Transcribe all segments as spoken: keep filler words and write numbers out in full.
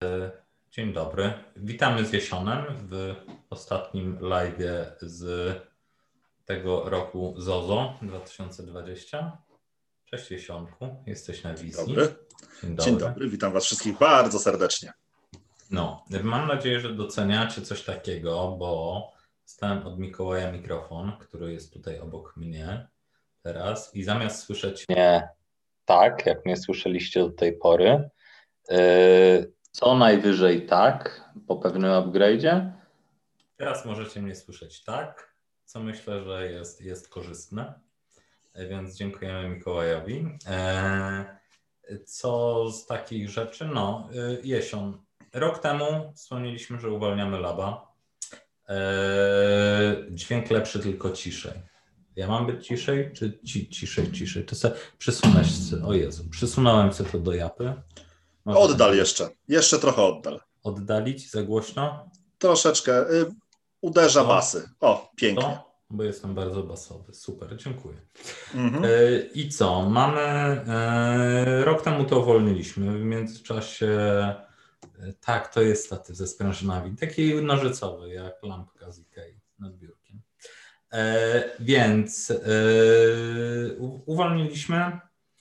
Dzień dobry. Witamy z Jesionem w ostatnim live'ie z tego roku ZOZO dwa tysiące dwadzieścia. Cześć Jesionku, jesteś na Dzień wizji. dobry. Dzień dobry. Dzień dobry, witam Was wszystkich bardzo serdecznie. No, mam nadzieję, że doceniacie coś takiego, bo dostałem od Mikołaja mikrofon, który jest tutaj obok mnie teraz i zamiast słyszeć mnie tak, jak mnie słyszeliście do tej pory, co najwyżej tak, po pewnym upgrade'zie, teraz możecie mnie słyszeć tak, co myślę, że jest, jest korzystne, więc dziękujemy Mikołajowi. Co z takich rzeczy? No, Jesion, rok temu wspomnieliśmy, że uwalniamy laba. Dźwięk lepszy, tylko ciszej. Ja mam być ciszej, czy ci, ciszej, ciszej? To sobie przesunąć, o Jezu, przesunąłem sobie to do japy. Może oddal ten... jeszcze, jeszcze trochę oddal. Oddalić za głośno? Troszeczkę, y, uderza to, basy. O, pięknie. To, bo jestem bardzo basowy, super, dziękuję. Mhm. E, I co, mamy, e, rok temu to uwolniliśmy, w międzyczasie, e, tak, to jest statyw ze sprężynami, taki nożycowy, jak lampka z Ikei nad biurkiem. E, więc e, u, uwolniliśmy. E,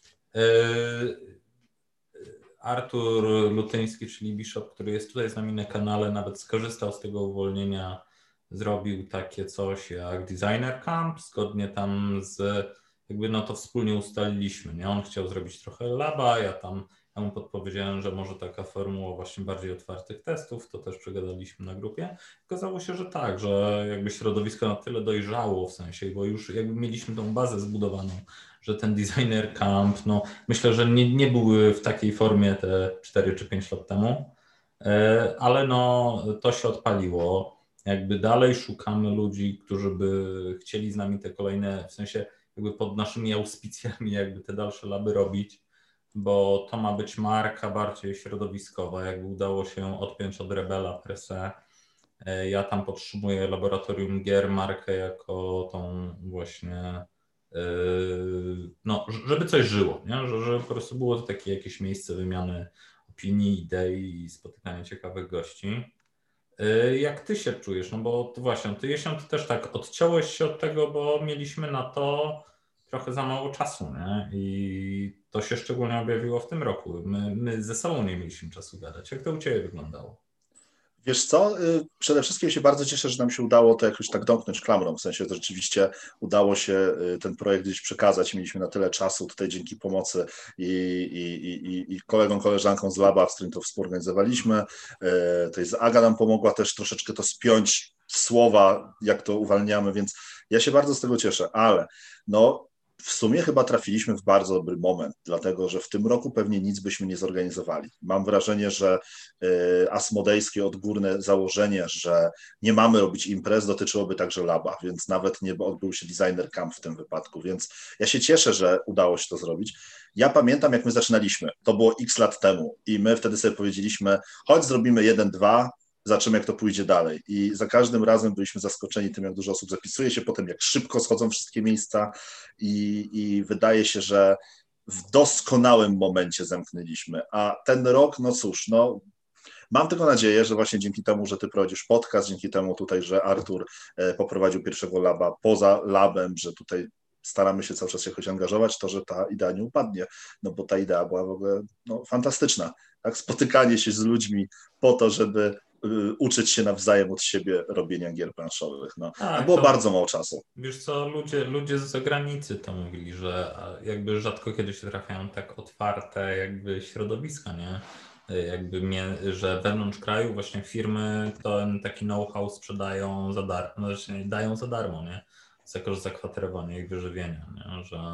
Artur Lutyński, czyli Bishop, który jest tutaj z nami na kanale, nawet skorzystał z tego uwolnienia, zrobił takie coś jak Designer Camp, zgodnie tam z, jakby no to wspólnie ustaliliśmy, nie? On chciał zrobić trochę laba, ja tam ja mu podpowiedziałem, że może taka formuła właśnie bardziej otwartych testów, to też przegadaliśmy na grupie. Okazało się, że tak, że jakby środowisko na tyle dojrzało w sensie, bo już jakby mieliśmy tą bazę zbudowaną, że ten Designer Camp, no myślę, że nie, nie były w takiej formie te cztery czy pięć lat temu, ale no to się odpaliło. Jakby dalej szukamy ludzi, którzy by chcieli z nami te kolejne, w sensie jakby pod naszymi auspicjami jakby te dalsze laby robić, bo to ma być marka bardziej środowiskowa, jakby udało się odpiąć od Rebela per se. Ja tam podtrzymuję Laboratorium Gier, markę jako tą właśnie, no, żeby coś żyło, nie? Że, że po prostu było to takie jakieś miejsce wymiany opinii, idei i spotykania ciekawych gości. Jak ty się czujesz? No bo ty właśnie, ty Jesią, ty też tak odciąłeś się od tego, bo mieliśmy na to trochę za mało czasu, nie? I to się szczególnie objawiło w tym roku. My, my ze sobą nie mieliśmy czasu gadać. Jak to u ciebie wyglądało? Wiesz co, przede wszystkim się bardzo cieszę, że nam się udało to jakoś tak domknąć klamrą, w sensie to rzeczywiście udało się ten projekt gdzieś przekazać, mieliśmy na tyle czasu tutaj dzięki pomocy i, i, i, i kolegom, koleżankom z Laba, z którym to współorganizowaliśmy, to jest Aga nam pomogła też troszeczkę to spiąć w słowa, jak to uwalniamy, więc ja się bardzo z tego cieszę, ale no w sumie chyba trafiliśmy w bardzo dobry moment, dlatego że w tym roku pewnie nic byśmy nie zorganizowali. Mam wrażenie, że asmodejskie odgórne założenie, że nie mamy robić imprez, dotyczyłoby także laba, więc nawet nie odbył się Designer Camp w tym wypadku, więc ja się cieszę, że udało się to zrobić. Ja pamiętam, jak my zaczynaliśmy, to było x lat temu i my wtedy sobie powiedzieliśmy, chodź zrobimy jeden, dwa, zobaczymy, jak to pójdzie dalej. I za każdym razem byliśmy zaskoczeni tym, jak dużo osób zapisuje się, potem jak szybko schodzą wszystkie miejsca i, i wydaje się, że w doskonałym momencie zamknęliśmy. A ten rok, no cóż, no mam tylko nadzieję, że właśnie dzięki temu, że ty prowadzisz podcast, dzięki temu tutaj, że Artur poprowadził pierwszego laba poza labem, że tutaj staramy się cały czas jakoś angażować, to, że ta idea nie upadnie, no bo ta idea była w ogóle no, fantastyczna. Tak? Spotykanie się z ludźmi po to, żeby uczyć się nawzajem od siebie robienia gier planszowych. No. Tak, A było to, bardzo mało czasu. Wiesz co, ludzie, ludzie z zagranicy to mówili, że jakby rzadko kiedy się trafiają tak otwarte jakby środowiska, nie? Jakby mnie, że wewnątrz kraju właśnie firmy ten taki know-how sprzedają za darmo, no, znaczy dają za darmo, nie? Za koszt zakwaterowania i wyżywienia, nie? Że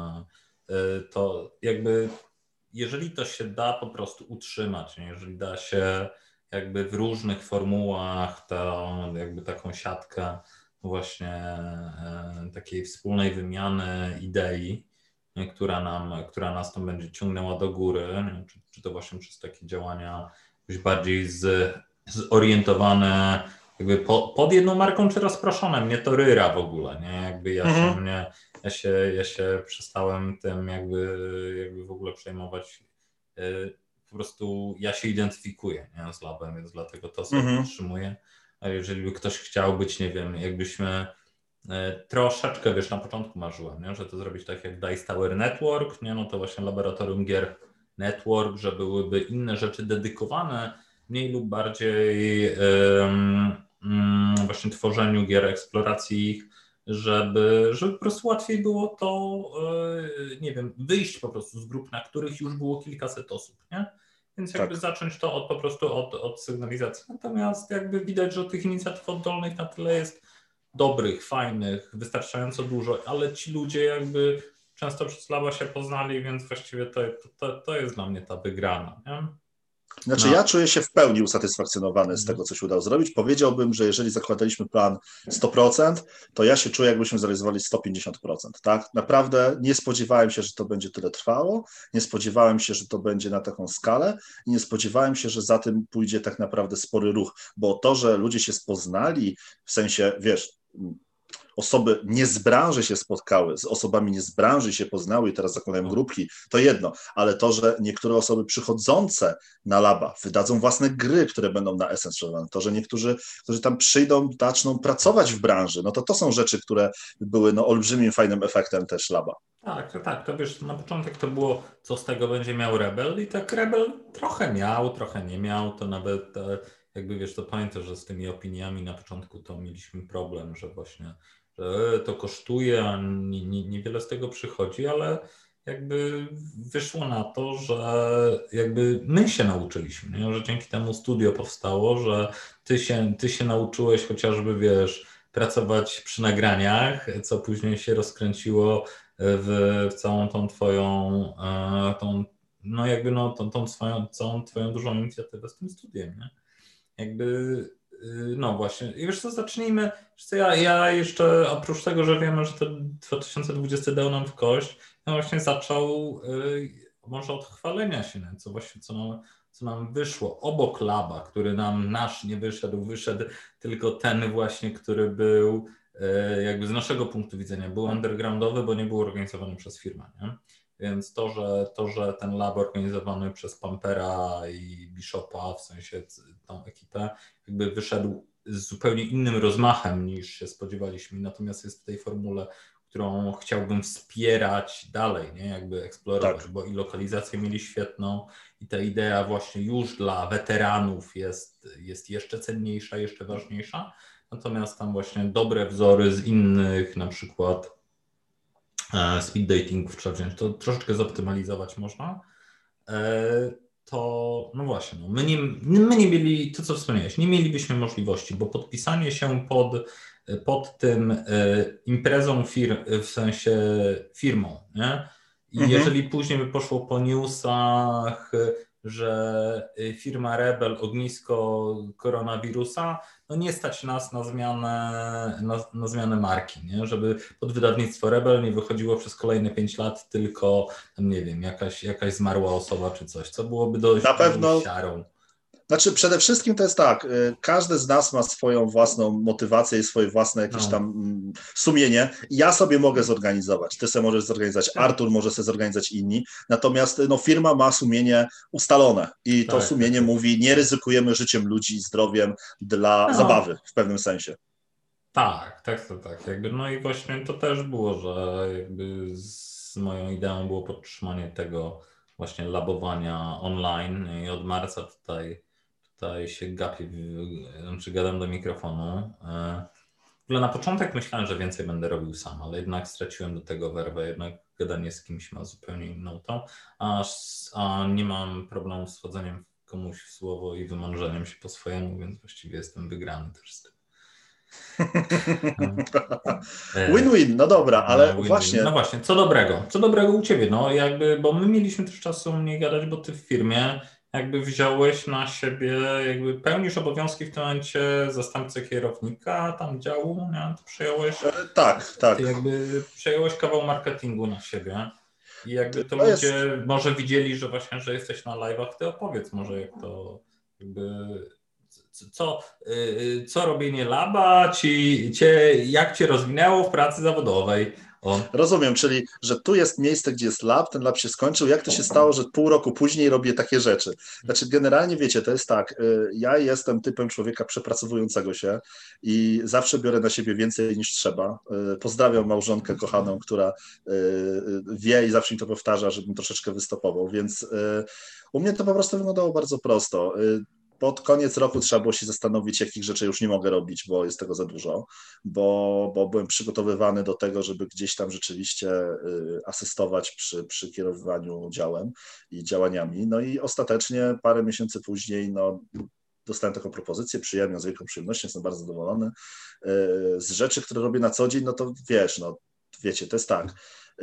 to jakby jeżeli to się da po prostu utrzymać, nie? Jeżeli da się jakby w różnych formułach tą jakby taką siatkę właśnie e, takiej wspólnej wymiany idei, nie, która, nam, która nas tam będzie ciągnęła do góry, nie, czy, czy to właśnie przez takie działania jakoś bardziej z, zorientowane jakby po, pod jedną marką, czy rozproszone. Mnie to ryra w ogóle, nie? Jakby ja Mhm. się mnie, ja się, ja się przestałem tym jakby, jakby w ogóle przejmować. po prostu ja się identyfikuję, nie, z labem, więc dlatego to sobie Mhm. podtrzymuję. A jeżeli by ktoś chciał być, nie wiem, jakbyśmy troszeczkę, wiesz, na początku marzyłem, nie? Że to zrobić tak jak Dice Tower Network, nie? No to właśnie laboratorium gier Network, że byłyby inne rzeczy dedykowane mniej lub bardziej um, um, właśnie tworzeniu gier, eksploracji ich, żeby, żeby po prostu łatwiej było to, yy, nie wiem, wyjść po prostu z grup, na których już było kilkaset osób, nie? Więc jakby Tak. zacząć to od, po prostu od, od sygnalizacji. Natomiast jakby widać, że tych inicjatyw oddolnych na tyle jest dobrych, fajnych, wystarczająco dużo, ale ci ludzie jakby często przez laba się poznali, więc właściwie to, to, to jest dla mnie ta wygrana. Nie? Znaczy No. ja czuję się w pełni usatysfakcjonowany z tego, co się udało zrobić. Powiedziałbym, że jeżeli zakładaliśmy plan sto procent, to ja się czuję, jakbyśmy zrealizowali sto pięćdziesiąt procent. Tak? Naprawdę nie spodziewałem się, że to będzie tyle trwało, nie spodziewałem się, że to będzie na taką skalę i nie spodziewałem się, że za tym pójdzie tak naprawdę spory ruch, bo to, że ludzie się spoznali, w sensie, wiesz, osoby nie z branży się spotkały, z osobami nie z branży się poznały i teraz zakładają grupki, to jedno, ale to, że niektóre osoby przychodzące na laba wydadzą własne gry, które będą na Essence sprzedawane, to, że niektórzy, którzy tam przyjdą, zaczną pracować w branży, no to to są rzeczy, które były no, olbrzymim, fajnym efektem też laba. Tak, to tak, to wiesz, na początek to było, co z tego będzie miał Rebel i tak Rebel trochę miał, trochę nie miał, to nawet jakby wiesz, to pamiętasz, że z tymi opiniami na początku to mieliśmy problem, że właśnie że to kosztuje, a nie, nie, niewiele z tego przychodzi, ale jakby wyszło na to, że jakby my się nauczyliśmy, nie? Że dzięki temu studio powstało, że ty się, ty się nauczyłeś chociażby, wiesz, pracować przy nagraniach, co później się rozkręciło w, w całą tą twoją, tą, no jakby no tą, tą swoją, całą twoją dużą inicjatywę z tym studiem, nie? Jakby no właśnie. I wiesz co, zacznijmy. Wiesz co, ja, ja jeszcze oprócz tego, że wiemy, że ten dwa tysiące dwudziesty dał nam w kość, ja właśnie zaczął y, może od chwalenia się, nie? Co właśnie co nam, co nam wyszło. Obok laba, który nam nasz nie wyszedł, wyszedł tylko ten właśnie, który był y, jakby z naszego punktu widzenia był undergroundowy, bo nie był organizowany przez firmę, nie? Więc to że, to, że ten lab organizowany przez Pampera i Bishopa, w sensie tą ekipę, jakby wyszedł z zupełnie innym rozmachem niż się spodziewaliśmy. Natomiast jest w tej formule, którą chciałbym wspierać dalej, nie? Jakby eksplorować, tak. Bo i lokalizację mieli świetną i ta idea właśnie już dla weteranów jest, jest jeszcze cenniejsza, jeszcze ważniejsza. Natomiast tam właśnie dobre wzory z innych, na przykład speed datingów trzeba wziąć, to troszeczkę zoptymalizować można. To no właśnie, no my, nie, my nie mieli, to co wspomniałeś, nie mielibyśmy możliwości, bo podpisanie się pod, pod tym imprezą firm, w sensie firmą, nie? I mhm. jeżeli później by poszło po newsach, że firma Rebel, ognisko koronawirusa, no nie stać nas na zmianę, na, na zmianę marki, nie? Żeby pod wydawnictwo Rebel nie wychodziło przez kolejne pięć lat tylko, nie wiem, jakaś, jakaś zmarła osoba czy coś, co byłoby dość na pewno siarą. Znaczy przede wszystkim to jest tak, każdy z nas ma swoją własną motywację i swoje własne jakieś no. tam sumienie. Ja sobie mogę zorganizować, ty sobie możesz zorganizować, tak. Artur może sobie zorganizować inni, natomiast no, firma ma sumienie ustalone i to tak, sumienie tak, mówi, nie ryzykujemy życiem ludzi i zdrowiem dla no. zabawy w pewnym sensie. Tak, tak, to tak. Jakby, no i właśnie to też było, że jakby z moją ideą było podtrzymanie tego właśnie labowania online i od marca tutaj Tutaj się gapię, znaczy gadam do mikrofonu. W ogóle na początek myślałem, że więcej będę robił sam, ale jednak straciłem do tego werwę, jednak gadanie z kimś ma zupełnie inną tą, a, a nie mam problemu z wchodzeniem komuś w słowo i wymądrzeniem się po swojemu, więc właściwie jestem wygrany też z tym. Win-win, no dobra, ale no, właśnie. No właśnie, co dobrego, co dobrego u Ciebie, no jakby, bo my mieliśmy też czasu mniej gadać, bo Ty w firmie jakby wziąłeś na siebie, jakby pełnisz obowiązki w tym momencie zastępcy kierownika tam działu, nie? Ty przejąłeś, e, tak, tak. Ty jakby przejąłeś kawał marketingu na siebie i jakby to, to ludzie jest... może widzieli, że właśnie, że jesteś na live'ach, Ty opowiedz może jak to jakby, co, co robienie laba, ci, cię, jak Cię rozwinęło w pracy zawodowej? On... Rozumiem, czyli, że tu jest miejsce, gdzie jest lab, ten lab się skończył. Jak to się stało, że pół roku później robię takie rzeczy? Znaczy, generalnie wiecie, to jest tak, ja jestem typem człowieka przepracowującego się i zawsze biorę na siebie więcej niż trzeba. Pozdrawiam małżonkę kochaną, która wie i zawsze mi to powtarza, żebym troszeczkę wystopował, więc u mnie to po prostu wyglądało bardzo prosto. Pod koniec roku trzeba było się zastanowić, jakich rzeczy już nie mogę robić, bo jest tego za dużo, bo, bo byłem przygotowywany do tego, żeby gdzieś tam rzeczywiście asystować przy, przy kierowaniu działem i działaniami. No i ostatecznie parę miesięcy później no, dostałem taką propozycję, przyjąłem ją z wielką przyjemnością, jestem bardzo zadowolony. Z rzeczy, które robię na co dzień, no to wiesz, no wiecie, to jest tak.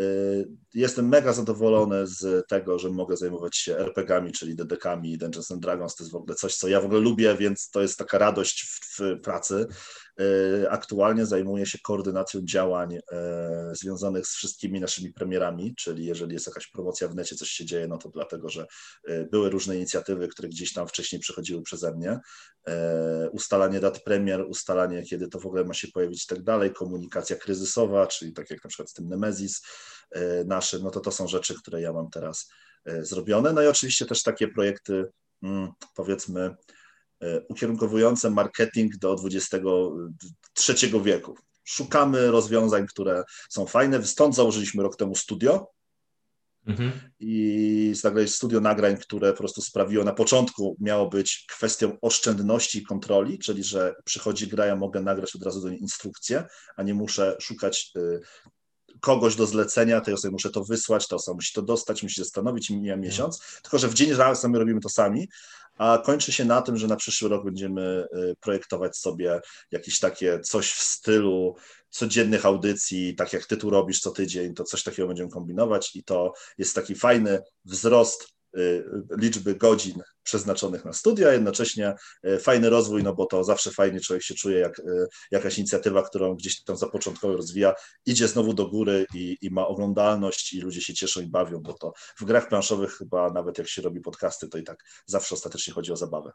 Jestem mega zadowolony z tego, że mogę zajmować się er pe gami, czyli de dekami, Dungeons and Dragons. To jest w ogóle coś, co ja w ogóle lubię, więc to jest taka radość w, w pracy. Aktualnie zajmuję się koordynacją działań związanych z wszystkimi naszymi premierami, czyli jeżeli jest jakaś promocja w necie, coś się dzieje, no to dlatego, że były różne inicjatywy, które gdzieś tam wcześniej przechodziły przeze mnie. Ustalanie dat premier, ustalanie, kiedy to w ogóle ma się pojawić i tak dalej, komunikacja kryzysowa, czyli tak jak na przykład z tym Nemesis naszym, no to to są rzeczy, które ja mam teraz zrobione. No i oczywiście też takie projekty, powiedzmy, ukierunkowujące marketing do dwudziestego trzeciego wieku. Szukamy rozwiązań, które są fajne. Stąd założyliśmy rok temu studio mhm. i zagraliśmy studio nagrań, które po prostu sprawiło, na początku miało być kwestią oszczędności i kontroli, czyli że przychodzi gra, ja mogę nagrać od razu do niej instrukcję, a nie muszę szukać kogoś do zlecenia, tej osobie muszę to wysłać, ta osoba musi to dostać, musi się zastanowić, mija miesiąc, mhm. tylko że w dzień razem my robimy to sami, a kończy się na tym, że na przyszły rok będziemy projektować sobie jakieś takie coś w stylu codziennych audycji, tak jak ty tu robisz co tydzień, to coś takiego będziemy kombinować i to jest taki fajny wzrost liczby godzin przeznaczonych na studia, a jednocześnie fajny rozwój, no bo to zawsze fajnie człowiek się czuje, jak jakaś inicjatywa, którą gdzieś tam zapoczątkowo rozwija, idzie znowu do góry i, i ma oglądalność i ludzie się cieszą i bawią, bo to w grach planszowych chyba nawet jak się robi podcasty, to i tak zawsze ostatecznie chodzi o zabawę.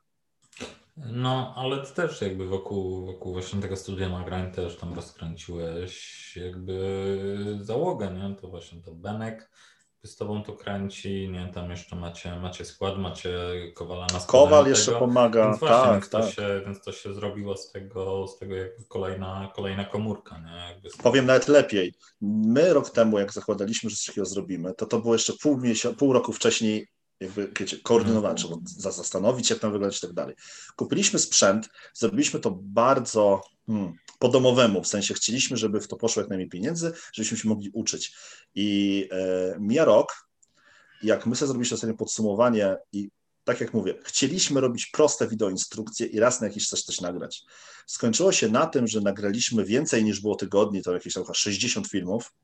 No, ale ty też jakby wokół, wokół właśnie tego studia nagrań też tam rozkręciłeś jakby załogę, nie? To właśnie to Benek z tobą to kręci, nie, tam jeszcze macie, macie skład, macie Kowala na Kowal jeszcze tego. Pomaga, więc właśnie, tak, więc, to tak. się, więc to się zrobiło z tego, z tego jakby kolejna, kolejna komórka, nie? Jakby Powiem nawet lepiej, my rok temu, jak zakładaliśmy, że coś takiego zrobimy, to to było jeszcze pół, miesiąca, pół roku wcześniej jakby, wiecie, koordynowane, trzeba zastanowić, jak tam wyglądać i tak dalej. Kupiliśmy sprzęt, zrobiliśmy to bardzo hmm, po domowemu, w sensie chcieliśmy, żeby w to poszło jak najmniej pieniędzy, żebyśmy się mogli uczyć. I e, mija rok, jak my sobie zrobiliśmy ostatnio podsumowanie i tak jak mówię, chcieliśmy robić proste wideoinstrukcje i raz na jakiś czas coś nagrać. Skończyło się na tym, że nagraliśmy więcej niż było tygodni, to jakieś tam chyba sześćdziesiąt filmów.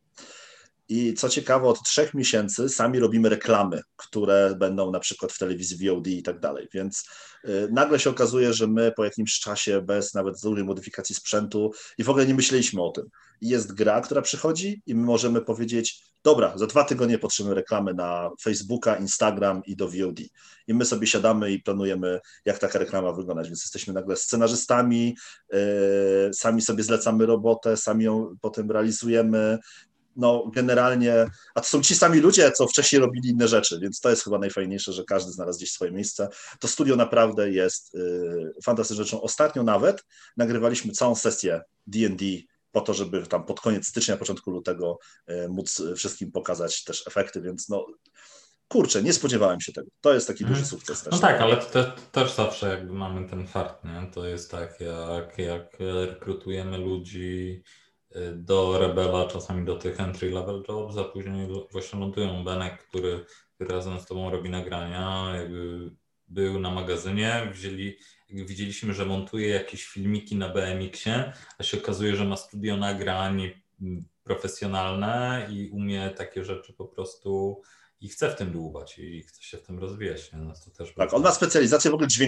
I co ciekawe, od trzech miesięcy sami robimy reklamy, które będą na przykład w telewizji V O D i tak dalej. Więc y, nagle się okazuje, że my po jakimś czasie, bez nawet dużej modyfikacji sprzętu i w ogóle nie myśleliśmy o tym. I jest gra, która przychodzi i my możemy powiedzieć, dobra, za dwa tygodnie potrzebujemy reklamy na Facebooka, Instagram i do V O D. I my sobie siadamy i planujemy, jak taka reklama wyglądać. Więc jesteśmy nagle scenarzystami, yy, sami sobie zlecamy robotę, sami ją potem realizujemy. No generalnie, a to są ci sami ludzie, co wcześniej robili inne rzeczy, więc to jest chyba najfajniejsze, że każdy znalazł gdzieś swoje miejsce. To studio naprawdę jest yy, fantastyczną rzeczą. Ostatnio nawet nagrywaliśmy całą sesję D and D po to, żeby tam pod koniec stycznia, początku lutego yy, móc wszystkim pokazać też efekty, więc no kurczę, nie spodziewałem się tego. To jest taki duży sukces też. No tak, ale to, to też zawsze jakby mamy ten fart, nie? To jest tak, jak, jak rekrutujemy ludzi do Rebela, czasami do tych entry level jobs, a później właśnie lądują Benek, który, który razem z tobą robi nagrania, jakby był na magazynie, wzięli, jakby widzieliśmy, że montuje jakieś filmiki na B M X-ie, a się okazuje, że ma studio nagrań profesjonalne i umie takie rzeczy po prostu i chce w tym dłubać i chce się w tym rozwijać. Nie? No to też tak, on ma specjalizację w ogóle dźwiękową.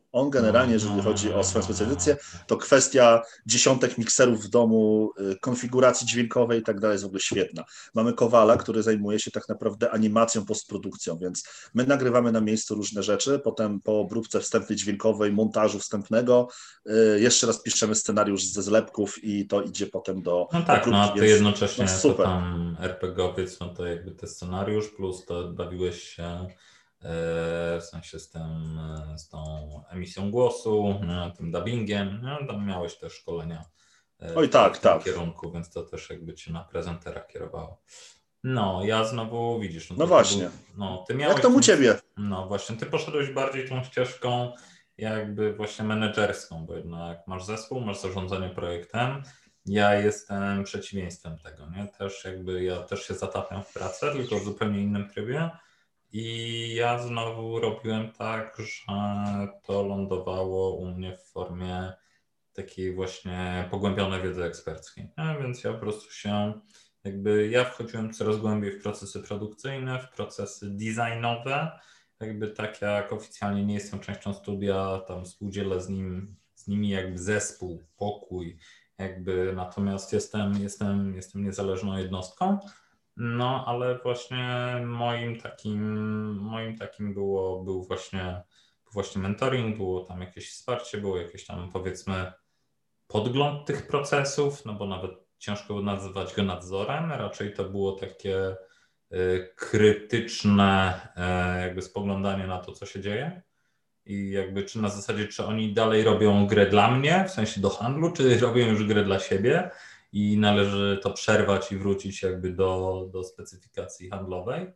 On No, generalnie, jeżeli no, chodzi o no, swoją no, specjalizację, no. no. to kwestia dziesiątek mikserów w domu, y, konfiguracji dźwiękowej i tak dalej jest w ogóle świetna. Mamy Kowala, który zajmuje się tak naprawdę animacją, postprodukcją, więc my nagrywamy na miejscu różne rzeczy, potem po obróbce wstępnej dźwiękowej, montażu wstępnego, y, jeszcze raz piszemy scenariusz ze zlepków i to idzie potem do, No do tak, no a próbki, ty więc jednocześnie no jako super. tam RPGowiec, no to jakby ten scenariusz plus to bawiłeś się e, w sensie z tym, e, z tą emisją głosu, nie, tym dubbingiem, no, tam miałeś też szkolenia e, Oj w, te, tak, w tym tak. kierunku, więc to też jakby cię na prezentera kierowało. No, ja znowu widzisz, no No to, to był, właśnie. no ty Jak miałeś tam u tą, ciebie? no właśnie, ty poszedłeś bardziej tą ścieżką jakby właśnie menedżerską, bo jednak masz zespół, masz zarządzanie projektem. Ja jestem przeciwieństwem tego, nie? Też jakby ja też się zatapiam w pracę, tylko w zupełnie innym trybie. I ja znowu robiłem tak, że to lądowało u mnie w formie takiej właśnie pogłębionej wiedzy eksperckiej. Nie? Więc ja po prostu się jakby ja wchodziłem coraz głębiej w procesy produkcyjne, w procesy designowe, jakby tak jak oficjalnie nie jestem częścią studia, tam współdzielę z nim, z nimi jakby zespół, pokój, jakby natomiast jestem, jestem, jestem niezależną jednostką. No, ale właśnie moim takim, moim takim było, był właśnie, był właśnie mentoring, było tam jakieś wsparcie, było jakieś tam powiedzmy podgląd tych procesów, no bo nawet ciężko nazywać go nadzorem, raczej to było takie y, krytyczne y, jakby spoglądanie na to, co się dzieje i jakby czy na zasadzie, czy oni dalej robią grę dla mnie, w sensie do handlu, czy robią już grę dla siebie i należy to przerwać i wrócić jakby do, do specyfikacji handlowej.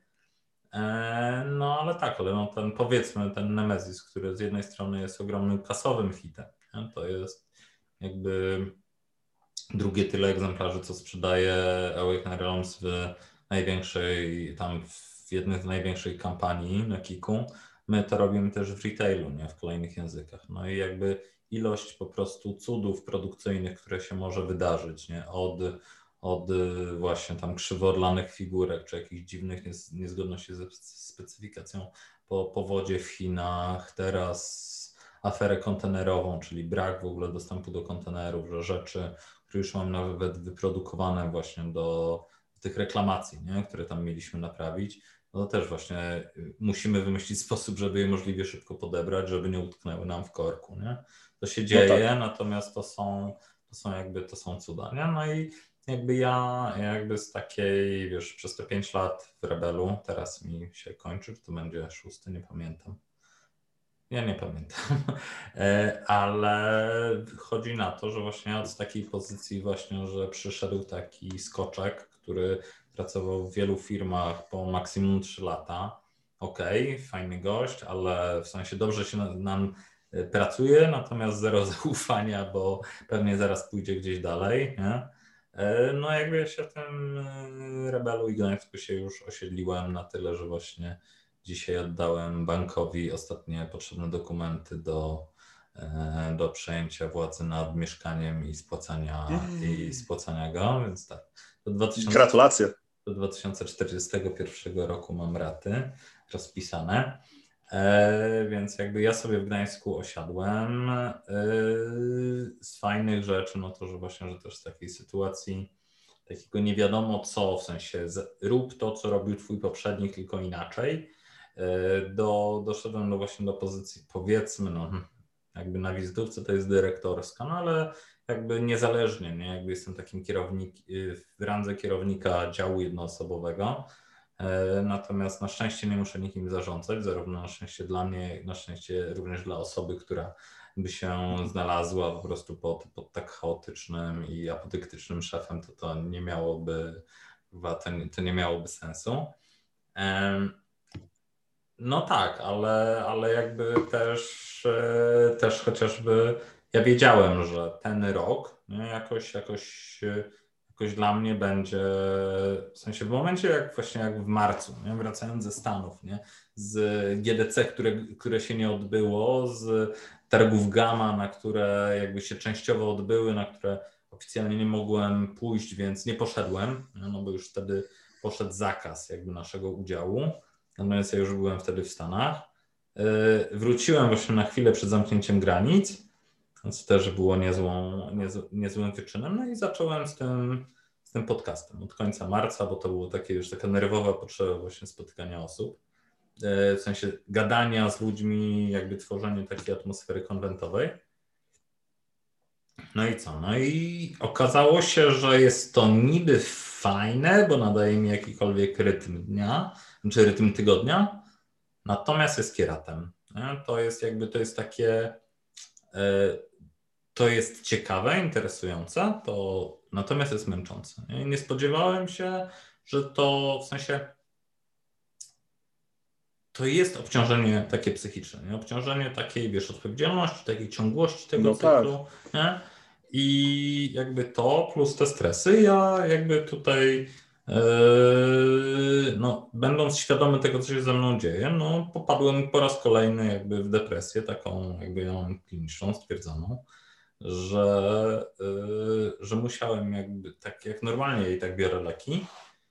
E, No ale tak, ale no ten powiedzmy ten Nemesis, który z jednej strony jest ogromnym kasowym hitem, nie? To jest jakby drugie tyle egzemplarzy, co sprzedaje Awaken Realms w największej, tam w jednej z największych kampanii na Kiku. My to robimy też w retailu, nie? W kolejnych językach. No i jakby ilość po prostu cudów produkcyjnych, które się może wydarzyć, nie? Od, od właśnie tam krzywoodlanych figurek, czy jakichś dziwnych niezgodności ze specyfikacją po powodzie w Chinach, teraz aferę kontenerową, czyli brak w ogóle dostępu do kontenerów, że rzeczy, które już mam nawet wyprodukowane właśnie do tych reklamacji, nie? Które tam mieliśmy naprawić, no to też właśnie musimy wymyślić sposób, żeby je możliwie szybko podebrać, żeby nie utknęły nam w korku, nie? To się No tak. dzieje, natomiast to są, to są jakby, to są cuda, nie? No i jakby ja jakby z takiej, wiesz, przez te pięć lat w Rebelu, teraz mi się kończy, czy to będzie szósty, nie pamiętam. Ja nie pamiętam, E, ale chodzi na to, że właśnie od takiej pozycji właśnie, że przyszedł taki skoczek, który pracował w wielu firmach po maksimum trzy lata. Okej, okay, fajny gość, ale w sensie dobrze się nam pracuje, natomiast zero zaufania, bo pewnie zaraz pójdzie gdzieś dalej, nie? E, No jakby ja się w tym e, Rebelu i Gdańsku się już osiedliłem na tyle, że właśnie dzisiaj oddałem bankowi ostatnie potrzebne dokumenty do, e, do przejęcia władzy nad mieszkaniem i spłacania, i spłacania go, więc tak. Do, dwa tysiące, Gratulacje. do dwa tysiące czterdziestego pierwszego roku mam raty rozpisane. E, więc jakby ja sobie w Gdańsku osiadłem. E, z fajnych rzeczy, no to, że właśnie, że też z takiej sytuacji takiego nie wiadomo co, w sensie z, rób to, co robił twój poprzednik, tylko inaczej. E, do, doszedłem do właśnie do pozycji, powiedzmy, no hmm, jakby na wizytówce to jest dyrektorska, no ale jakby niezależnie, nie? Jakby jestem takim kierownik, w randze kierownika działu jednoosobowego. Natomiast na szczęście nie muszę nikim zarządzać, zarówno na szczęście dla mnie, jak na szczęście również dla osoby, która by się znalazła po prostu pod, pod tak chaotycznym i apodyktycznym szefem, to to nie miałoby, to nie, to nie miałoby sensu. No tak, ale, ale jakby też, też chociażby ja wiedziałem, że ten rok nie, jakoś, jakoś, jakoś dla mnie będzie, w sensie w momencie jak właśnie jak w marcu, nie, wracając ze Stanów, nie, z G D C, które, które się nie odbyło, z targów Gamma, na które jakby się częściowo odbyły, na które oficjalnie nie mogłem pójść, więc nie poszedłem, no bo już wtedy poszedł zakaz jakby naszego udziału. Natomiast ja już byłem wtedy w Stanach. Wróciłem właśnie na chwilę przed zamknięciem granic, co też było niezłą, niezł, niezłym wyczynem, no i zacząłem z tym, z tym podcastem od końca marca, bo to było takie już taka nerwowa potrzeba właśnie spotykania osób, w sensie gadania z ludźmi, jakby tworzenie takiej atmosfery konwentowej. No i co? No i okazało się, że jest to niby fajne, bo nadaje mi jakikolwiek rytm dnia, czy rytm tygodnia, natomiast jest kieratem. Nie? To jest jakby, to jest takie, to jest ciekawe, interesujące, to natomiast jest męczące. Nie, nie spodziewałem się, że to w sensie to jest obciążenie takie psychiczne, nie? Obciążenie takiej, wiesz, odpowiedzialności, takiej ciągłości tego No tak. cyklu, nie? I jakby to plus te stresy, ja jakby tutaj yy, no, będąc świadomy tego, co się ze mną dzieje, no popadłem po raz kolejny jakby w depresję, taką jakby ja mam kliniczną, stwierdzoną, że, yy, że musiałem jakby, tak jak normalnie i tak biorę leki,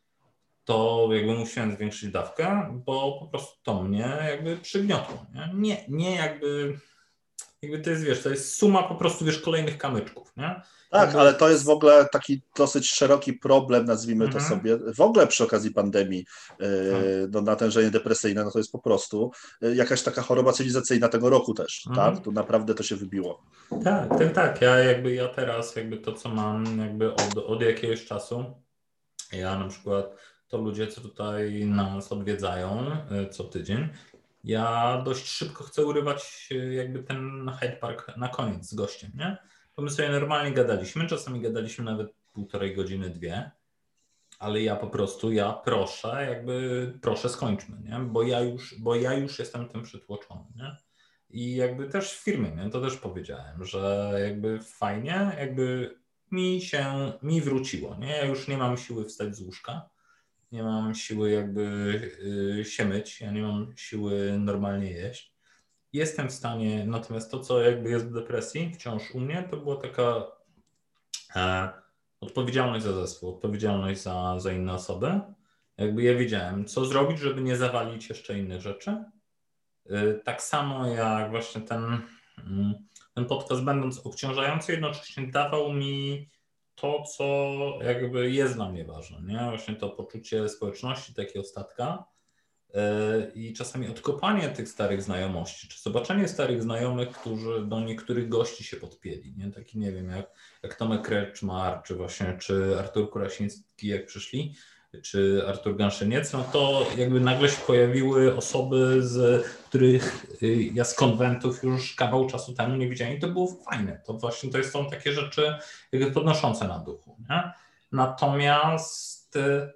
to jakby musiałem zwiększyć dawkę, bo po prostu to mnie jakby przygniotło. Nie, nie, nie jakby, jakby to jest, wiesz, to jest suma po prostu, wiesz, kolejnych kamyczków, nie? Tak, Jakby... ale to jest w ogóle taki dosyć szeroki problem, nazwijmy to Mhm. sobie. W ogóle przy okazji pandemii, yy, Tak. no, natężenie depresyjne, no to jest po prostu yy, jakaś taka choroba cywilizacyjna tego roku też, Mhm. tak? Tu naprawdę to się wybiło. Tak, tak, tak. Ja jakby, ja teraz jakby to, co mam jakby od, od jakiegoś czasu, ja na przykład, to ludzie, co tutaj nas odwiedzają y, co tydzień, ja dość szybko chcę urywać y, jakby ten Hyde Park na koniec z gościem, nie? Bo my sobie normalnie gadaliśmy, czasami gadaliśmy nawet półtorej godziny, dwie, ale ja po prostu, ja proszę, jakby proszę skończmy, nie? Bo ja już, bo ja już jestem tym przytłoczony, nie? I jakby też w firmie, nie? To też powiedziałem, że jakby fajnie, jakby mi się, mi wróciło, nie? Ja już nie mam siły wstać z łóżka, nie mam siły jakby y, się myć, ja nie mam siły normalnie jeść. Jestem w stanie, natomiast to, co jakby jest w depresji wciąż u mnie, to była taka e, odpowiedzialność za zespół, odpowiedzialność za, za inne osoby. Jakby ja wiedziałem, co zrobić, żeby nie zawalić jeszcze innych rzeczy. Y, tak samo jak właśnie ten, mm, ten podcast, będąc obciążający, jednocześnie dawał mi to, co jakby jest dla mnie ważne, nie? Właśnie to poczucie społeczności, takiego statka y, i czasami odkopanie tych starych znajomości, czy zobaczenie starych znajomych, którzy do niektórych gości się podpięli, nie? Taki, nie wiem, jak, jak Tomek Kreczmar, czy właśnie, czy Artur Kurasiński, jak przyszli, czy Artur Ganszyniec, no to jakby nagle się pojawiły osoby, z których ja z konwentów już kawał czasu temu nie widziałem i to było fajne. To właśnie to są takie rzeczy jakby podnoszące na duchu, nie? Natomiast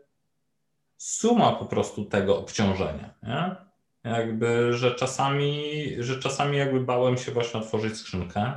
suma po prostu tego obciążenia, nie? Jakby, że czasami, że czasami jakby bałem się właśnie otworzyć skrzynkę,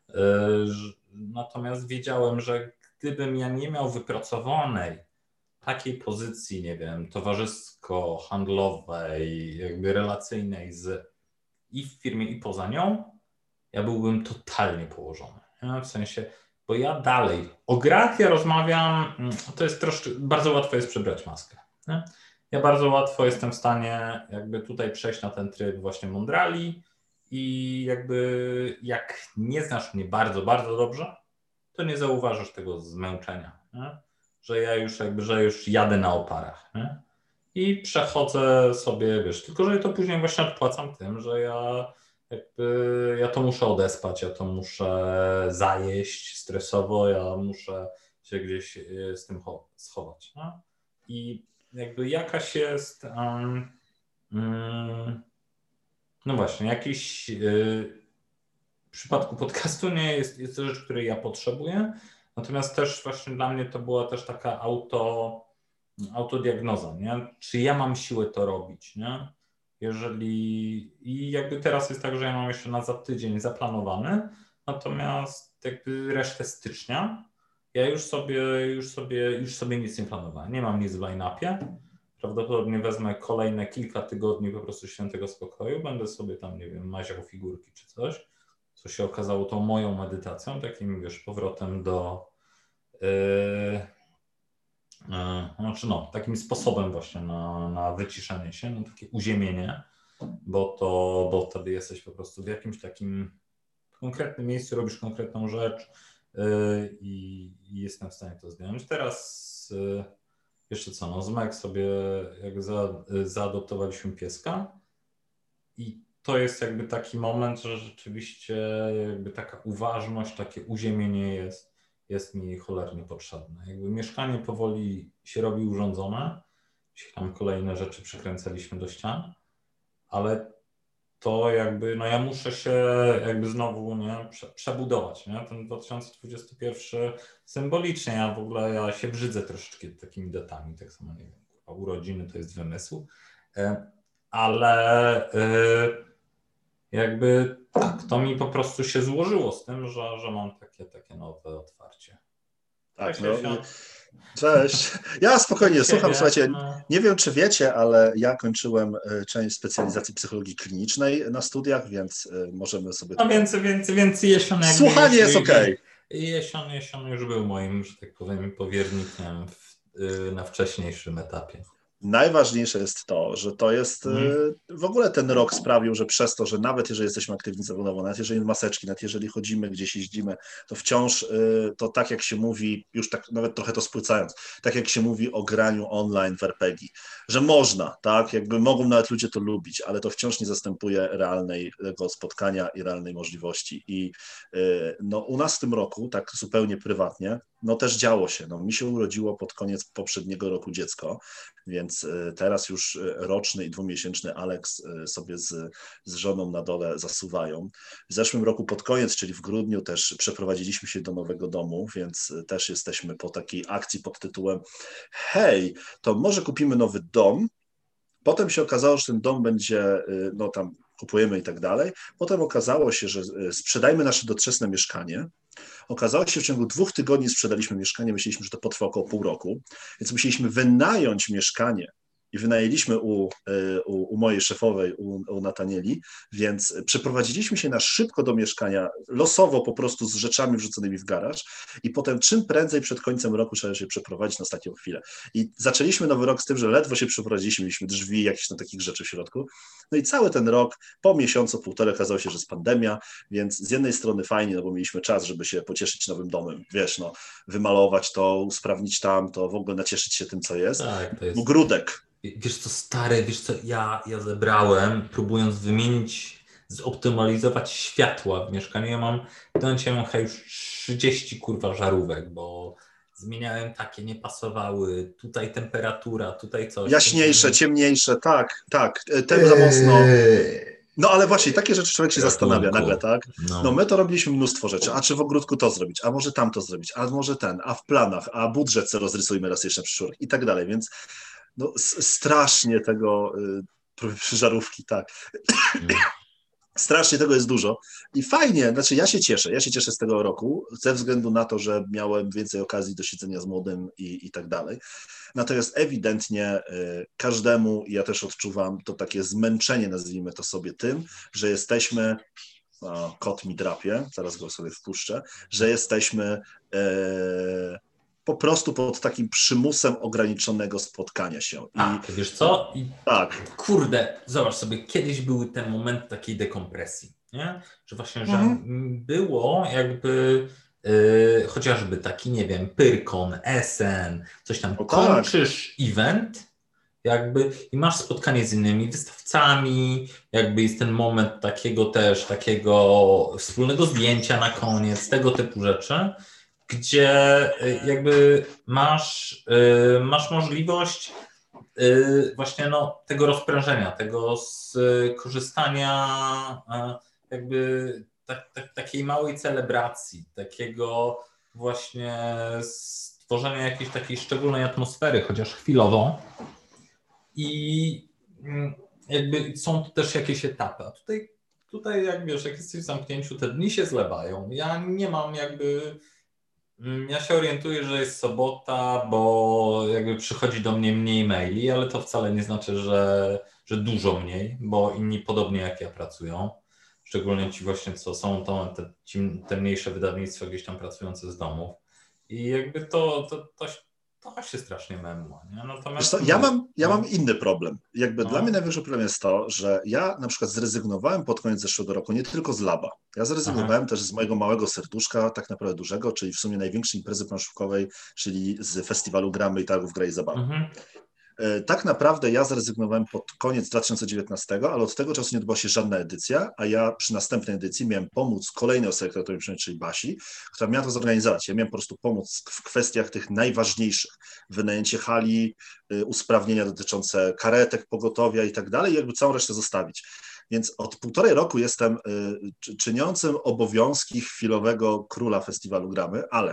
natomiast wiedziałem, że gdybym ja nie miał wypracowanej takiej pozycji, nie wiem, towarzysko-handlowej, jakby relacyjnej z i w firmie, i poza nią, ja byłbym totalnie położony. Nie? W sensie, bo ja dalej o grach ja rozmawiam, to jest troszkę, bardzo łatwo jest przebrać maskę. Nie? Ja bardzo łatwo jestem w stanie jakby tutaj przejść na ten tryb właśnie mądrali i jakby jak nie znasz mnie bardzo, bardzo dobrze, to nie zauważysz tego zmęczenia. Nie? Że ja już jakby, że już jadę na oparach, nie? I przechodzę sobie, wiesz, tylko że to później właśnie odpłacam tym, że ja jakby, ja to muszę odespać, ja to muszę zajeść stresowo, ja muszę się gdzieś z tym schować, nie? I jakby jakaś jest, um, um, no właśnie, jakiś yy, w przypadku podcastu nie jest, jest to rzecz, której ja potrzebuję, natomiast też właśnie dla mnie to była też taka auto, autodiagnoza, nie? Czy ja mam siłę to robić, nie? Jeżeli i jakby teraz jest tak, że ja mam jeszcze na za tydzień zaplanowany, natomiast jakby resztę stycznia ja już sobie, już sobie, już sobie nic nie planowałem. Nie mam nic w line-upie. Prawdopodobnie wezmę kolejne kilka tygodni po prostu świętego spokoju. Będę sobie tam, nie wiem, maział figurki czy coś, co się okazało tą moją medytacją, takim, wiesz, powrotem do yy, yy, znaczy no, takim sposobem właśnie na, na wyciszenie się, na takie uziemienie. bo to, bo wtedy jesteś po prostu w jakimś takim konkretnym miejscu, robisz konkretną rzecz yy, i, i jestem w stanie to zdjąć. Teraz yy, jeszcze co, no z Mek sobie jak za, yy, zaadoptowaliśmy pieska i to jest jakby taki moment, że rzeczywiście jakby taka uważność, takie uziemienie jest, jest mi cholernie potrzebne. Jakby mieszkanie powoli się robi urządzone, tam kolejne rzeczy przykręcaliśmy do ścian, ale to jakby, no ja muszę się jakby znowu nie, prze, przebudować, nie? Ten dwa tysiące dwudziesty pierwszy symbolicznie, ja w ogóle ja się brzydzę troszeczkę takimi datami, tak samo nie wiem, urodziny to jest wymysł, ale jakby tak, to mi po prostu się złożyło z tym, że, że mam takie, takie nowe otwarcie. Tak, no. Cześć. Ja spokojnie, słucham, słuchajcie, nie wiem czy wiecie, ale ja kończyłem część specjalizacji psychologii klinicznej na studiach, więc możemy sobie... No więc, więc, więc Jesion jakby Słuchanie jest okej. Okay. Jesion, Jesion już był moim, że tak powiem, powiernikiem w, na wcześniejszym etapie. Najważniejsze jest to, że to jest Mhm. w ogóle ten rok sprawił, że przez to, że nawet jeżeli jesteśmy aktywni zawodowo, nawet jeżeli maseczki, nawet jeżeli chodzimy, gdzieś jeździmy, to wciąż to tak jak się mówi, już tak nawet trochę to spłycając, tak jak się mówi o graniu online w er pe gie, że można, tak, jakby mogą nawet ludzie to lubić, ale to wciąż nie zastępuje realnego spotkania i realnej możliwości. I no u nas w tym roku, tak zupełnie prywatnie, no też działo się. No, mi się urodziło pod koniec poprzedniego roku dziecko, więc teraz już roczny i dwumiesięczny Alex sobie z, z żoną na dole zasuwają. W zeszłym roku pod koniec, czyli w grudniu też przeprowadziliśmy się do nowego domu, więc też jesteśmy po takiej akcji pod tytułem hej, to może kupimy nowy dom. Potem się okazało, że ten dom będzie, no tam kupujemy i tak dalej. Potem okazało się, że sprzedajmy nasze doczesne mieszkanie. Okazało się, że w ciągu dwóch tygodni sprzedaliśmy mieszkanie, myśleliśmy, że to potrwa około pół roku, więc musieliśmy wynająć mieszkanie i wynajęliśmy u, u, u mojej szefowej, u, u Natanieli, więc przeprowadziliśmy się na szybko do mieszkania, losowo po prostu z rzeczami wrzuconymi w garaż i potem czym prędzej przed końcem roku trzeba się przeprowadzić na ostatnią chwilę. I zaczęliśmy nowy rok z tym, że ledwo się przeprowadziliśmy, mieliśmy drzwi, jakieś tam takich rzeczy w środku. No i cały ten rok, po miesiącu, półtorej okazało się, że jest pandemia, więc z jednej strony fajnie, no bo mieliśmy czas, żeby się pocieszyć nowym domem, wiesz, no, wymalować to, usprawnić tam, to w ogóle nacieszyć się tym, co jest. Tak, to jest... Ogródek. Wiesz co, stary, wiesz co, ja, ja zebrałem, próbując wymienić, zoptymalizować światła w mieszkaniu. Ja mam, w momencie mam chyba już trzydzieści kurwa żarówek, bo zmieniałem takie, nie pasowały, tutaj temperatura, tutaj coś. Jaśniejsze, tutaj... ciemniejsze, tak, tak, ten za mocno. No ale właśnie, takie rzeczy człowiek się Ratunku. zastanawia nagle, tak? No. no my to robiliśmy mnóstwo rzeczy, a czy w ogródku to zrobić, a może tamto zrobić, a może ten, a w planach, a budżet sobie rozrysujmy raz jeszcze na przyszły rok i tak dalej, więc no, strasznie tego, y, żarówki, tak. Mm. Strasznie tego jest dużo i fajnie, znaczy ja się cieszę, ja się cieszę z tego roku ze względu na to, że miałem więcej okazji do siedzenia z młodym i, i tak dalej. Natomiast ewidentnie y, każdemu, ja też odczuwam to takie zmęczenie, nazwijmy to sobie tym, że jesteśmy, o, kot mi drapie, zaraz go sobie wpuszczę, że jesteśmy y, po prostu pod takim przymusem ograniczonego spotkania się. I, A, wiesz co? I, tak. Kurde, zobacz sobie, kiedyś były te momenty takiej dekompresji, nie? Że właśnie, że mhm. było jakby yy, chociażby taki, nie wiem, Pyrkon, Essen, coś tam, o, kończysz tak. event jakby i masz spotkanie z innymi wystawcami, jakby jest ten moment takiego też, takiego wspólnego zdjęcia na koniec, tego typu rzeczy, gdzie jakby masz, masz możliwość właśnie no, tego rozprężenia, tego skorzystania jakby tak, tak, takiej małej celebracji, takiego właśnie stworzenia jakiejś takiej szczególnej atmosfery, chociaż chwilowo. I jakby są tu też jakieś etapy. A tutaj, tutaj jak wiesz, jak jesteś w zamknięciu, te dni się zlewają. Ja nie mam jakby... Ja się orientuję, że jest sobota, bo jakby przychodzi do mnie mniej maili, ale to wcale nie znaczy, że, że dużo mniej, bo inni podobnie jak ja pracują. Szczególnie ci właśnie, co są to, te, ci, te mniejsze wydawnictwa gdzieś tam pracujące z domów. I jakby to, to, to, to się strasznie memło, nie? Wiesz Natomiast... co, ja mam, ja mam inny problem. Jakby no. dla mnie największy problem jest to, że ja na przykład zrezygnowałem pod koniec zeszłego roku nie tylko z Laba. Ja zrezygnowałem Aha. też z mojego małego serduszka, tak naprawdę dużego, czyli w sumie największej imprezy planszówkowej, czyli z festiwalu Gramy i Targów Gra i Zabawy. Mhm. Tak naprawdę ja zrezygnowałem pod koniec dwa tysiące dziewiętnastego, ale od tego czasu nie odbyła się żadna edycja, a ja przy następnej edycji miałem pomóc kolejnej osobie, która to mi przyjąć, czyli Basi, która miała to zorganizować. Ja miałem po prostu pomóc w kwestiach tych najważniejszych. Wynajęcie hali, usprawnienia dotyczące karetek, pogotowia i tak dalej, i jakby całą resztę zostawić. Więc od półtorej roku jestem czyniącym obowiązki chwilowego króla festiwalu Gramy, ale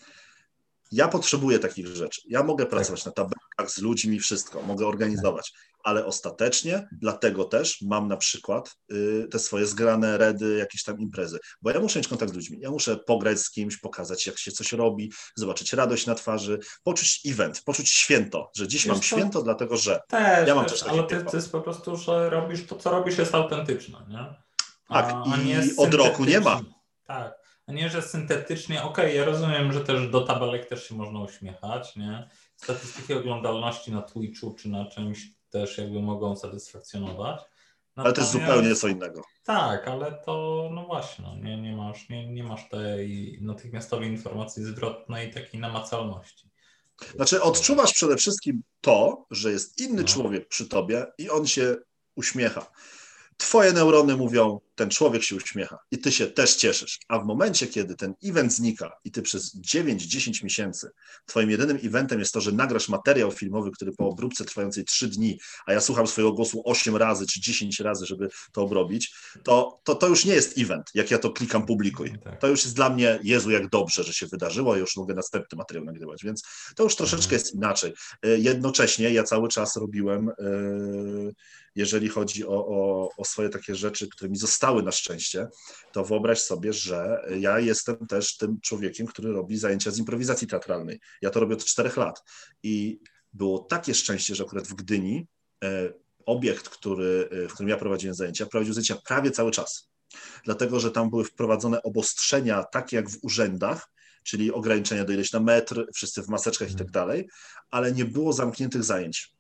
ja potrzebuję takich rzeczy. Ja mogę pracować tak. na tabelkach z ludźmi, wszystko, mogę organizować, ale ostatecznie dlatego też mam na przykład y, te swoje zgrane redy, jakieś tam imprezy, bo ja muszę mieć kontakt z ludźmi, ja muszę pograć z kimś, pokazać jak się coś robi, zobaczyć radość na twarzy, poczuć event, poczuć święto, że dziś Wiesz mam co? święto, dlatego że też, ja mam też, też takie ale to, to jest po prostu, że robisz to, co robisz jest autentyczne, nie? A, tak, a nie i od roku nie ma. Tak. A nie, że syntetycznie, okej, okay, ja rozumiem, że też do tabelek też się można uśmiechać, nie? Statystyki oglądalności na Twitchu czy na czymś też jakby mogą satysfakcjonować. Natomiast, ale to jest zupełnie co innego. Tak, ale to no właśnie, no, nie, nie, masz, nie, nie masz tej natychmiastowej informacji zwrotnej, takiej namacalności. Znaczy odczuwasz przede wszystkim to, że jest inny no. człowiek przy tobie i on się uśmiecha. Twoje neurony mówią, ten człowiek się uśmiecha i ty się też cieszysz. A w momencie, kiedy ten event znika i ty przez dziewięć dziesięć miesięcy twoim jedynym eventem jest to, że nagrasz materiał filmowy, który po obróbce trwającej trzy dni, a ja słucham swojego głosu osiem razy czy dziesięć razy, żeby to obrobić, to, to, to już nie jest event, jak ja to klikam publikuj. To już jest dla mnie, Jezu, jak dobrze, że się wydarzyło, ja już mogę następny materiał nagrywać, więc to już troszeczkę jest inaczej. Jednocześnie ja cały czas robiłem... Yy, jeżeli chodzi o, o, o swoje takie rzeczy, które mi zostały na szczęście, to wyobraź sobie, że ja jestem też tym człowiekiem, który robi zajęcia z improwizacji teatralnej. Ja to robię od czterech lat i było takie szczęście, że akurat w Gdyni e, obiekt, który, w którym ja prowadziłem zajęcia, prowadził zajęcia prawie cały czas, dlatego że tam były wprowadzone obostrzenia takie jak w urzędach, czyli ograniczenia do ileś na metr, wszyscy w maseczkach i tak dalej, ale nie było zamkniętych zajęć.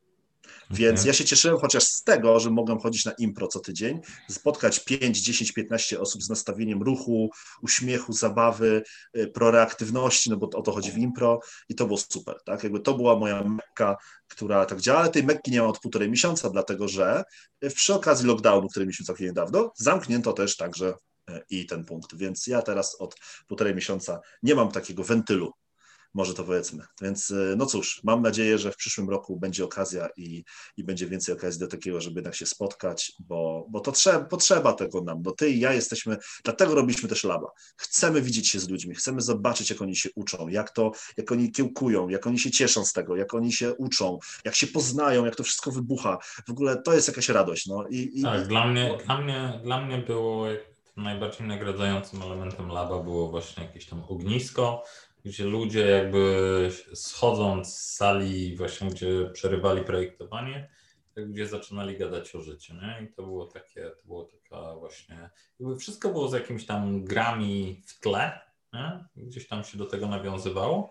Więc okay. ja się cieszyłem chociaż z tego, że mogłem chodzić na impro co tydzień, spotkać pięć, dziesięć, piętnaście osób z nastawieniem ruchu, uśmiechu, zabawy, proreaktywności, no bo o to chodzi w impro i to było super, tak? Jakby to była moja Mekka, która tak działa, ale tej Mekki nie ma od półtorej miesiąca, dlatego że przy okazji lockdownu, który mieliśmy całkiem niedawno, zamknięto też także i ten punkt, więc ja teraz od półtorej miesiąca nie mam takiego wentylu. Może to powiedzmy. Więc no cóż, mam nadzieję, że w przyszłym roku będzie okazja i, i będzie więcej okazji do takiego, żeby jednak się spotkać, bo, bo to trzeba, potrzeba tego nam. No ty i ja jesteśmy, dlatego robiliśmy też Laba. Chcemy widzieć się z ludźmi, chcemy zobaczyć, jak oni się uczą, jak to, jak oni kiełkują, jak oni się cieszą z tego, jak oni się uczą, jak się poznają, jak to wszystko wybucha. W ogóle to jest jakaś radość. No. I, i, tak, i, dla mnie, bo... dla mnie, dla mnie było najbardziej nagradzającym elementem Laba było właśnie jakieś tam ognisko, gdzie ludzie jakby schodząc z sali właśnie, gdzie przerywali projektowanie, gdzie zaczynali gadać o życiu, nie? I to było takie, to było taka właśnie, jakby wszystko było z jakimiś tam grami w tle, nie? Gdzieś tam się do tego nawiązywało.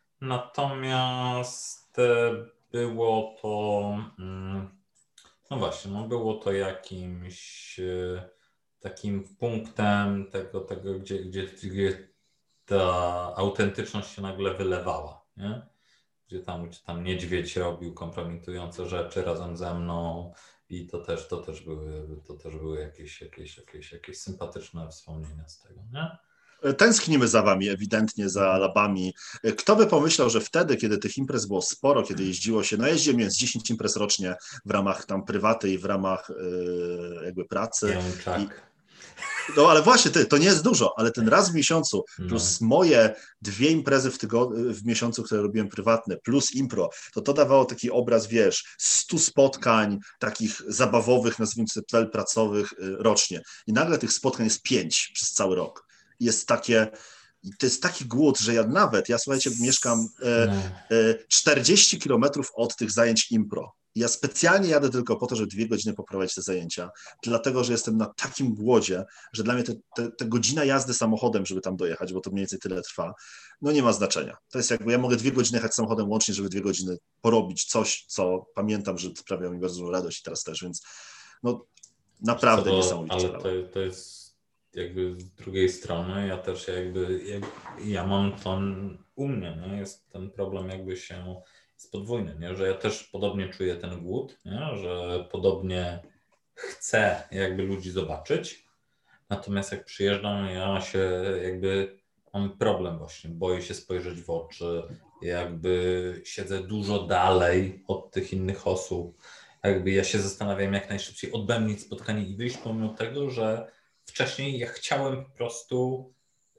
Natomiast było to, no właśnie, no było to jakimś takim punktem tego, tego gdzie, gdzie, gdzie ta autentyczność się nagle wylewała, nie? Gdzie tam, gdzie tam niedźwiedź robił kompromitujące rzeczy razem ze mną i to też, to też były, to też były jakieś, jakieś, jakieś, jakieś sympatyczne wspomnienia z tego, nie? Tęsknimy za wami, ewidentnie za Labami. Kto by pomyślał, że wtedy, kiedy tych imprez było sporo, kiedy jeździło się, no jeździłem więc dziesięć imprez rocznie w ramach tam prywaty i w ramach yy, jakby pracy. I, no ale właśnie, ty, to nie jest dużo, ale ten raz w miesiącu plus no. moje dwie imprezy w, tygodniu, w miesiącu, które robiłem prywatne, plus impro, to to dawało taki obraz, wiesz, stu spotkań takich zabawowych, nazwijmy sobie pracowych rocznie. I nagle tych spotkań jest pięć przez cały rok. Jest takie, to jest taki głód, że ja nawet, ja słuchajcie, mieszkam e, e, czterdzieści kilometrów od tych zajęć impro Ja specjalnie jadę tylko po to, żeby dwie godziny poprowadzić te zajęcia, dlatego że jestem na takim głodzie, że dla mnie te, te, te godzina jazdy samochodem, żeby tam dojechać, bo to mniej więcej tyle trwa, no nie ma znaczenia. To jest jakby, ja mogę dwie godziny jechać samochodem łącznie, żeby dwie godziny porobić coś, co pamiętam, że sprawia mi bardzo dużą radość i teraz też, więc no naprawdę Co, niesamowicie ale sprawa. to, to jest jakby z drugiej strony, ja też jakby, jak, ja mam ten, u mnie nie, jest ten problem jakby się, jest podwójny, nie, że ja też podobnie czuję ten głód, nie, że podobnie chcę jakby ludzi zobaczyć, natomiast jak przyjeżdżam, ja się jakby, mam problem właśnie, boję się spojrzeć w oczy, jakby siedzę dużo dalej od tych innych osób, jakby ja się zastanawiam, jak najszybciej odbębnić spotkanie i wyjść, pomimo tego, że wcześniej ja chciałem po prostu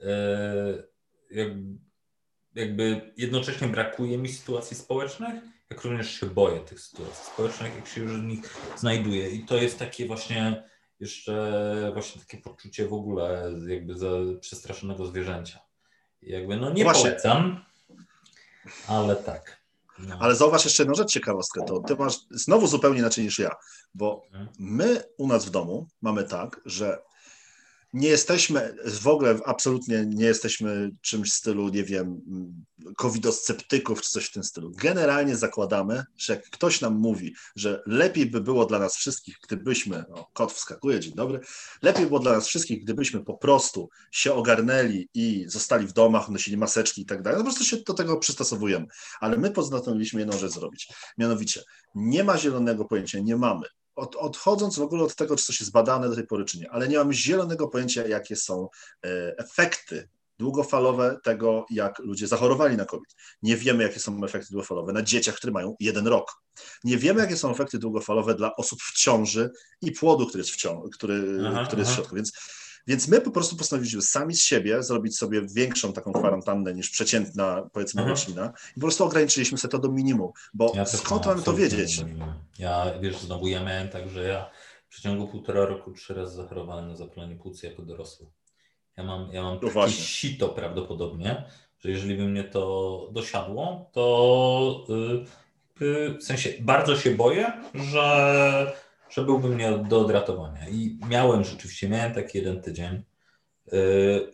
yy, jakby jednocześnie brakuje mi sytuacji społecznych, jak również się boję tych sytuacji społecznych, jak się już w nich znajduję. I to jest takie właśnie jeszcze właśnie takie poczucie w ogóle jakby za przestraszonego zwierzęcia. I jakby no No nie właśnie, polecam, ale tak. No. ale zauważ jeszcze jedną rzecz ciekawostkę, to ty masz znowu zupełnie inaczej niż ja, bo my u nas w domu mamy tak, że nie jesteśmy, w ogóle absolutnie nie jesteśmy czymś w stylu, nie wiem, covidosceptyków czy coś w tym stylu. Generalnie zakładamy, że jak ktoś nam mówi, że lepiej by było dla nas wszystkich, gdybyśmy, o, kot wskakuje, dzień dobry, lepiej było dla nas wszystkich, gdybyśmy po prostu się ogarnęli i zostali w domach, nosili maseczki i tak dalej, no po prostu się do tego przystosowujemy. Ale my postanowiliśmy jedną rzecz zrobić, mianowicie nie ma zielonego pojęcia, nie mamy. Od, odchodząc w ogóle od tego, czy coś jest badane do tej pory, czy nie, ale nie mamy zielonego pojęcia, jakie są e, efekty długofalowe tego, jak ludzie zachorowali na COVID. Nie wiemy, jakie są efekty długofalowe na dzieciach, które mają jeden rok. Nie wiemy, jakie są efekty długofalowe dla osób w ciąży i płodu, który jest w, ciąży, który, Aha, który jest w aha. środku. Więc, więc my po prostu postanowiliśmy sami z siebie zrobić sobie większą taką kwarantannę niż przeciętna, powiedzmy, Aha. rodzina. I po prostu ograniczyliśmy sobie to do minimum, bo Ja też skąd mam mamy to absolutnie wiedzieć? minimum. Ja, wiesz, znowu ja miałem tak, że ja w przeciągu półtora roku trzy razy zachorowałem na zapalenie płuc jako dorosły. Ja mam, ja mam No takie właśnie. sito prawdopodobnie, że jeżeli by mnie to dosiadło, to yy, yy, w sensie bardzo się boję, że, że byłbym nie do odratowania. I miałem rzeczywiście, miałem taki jeden tydzień, yy,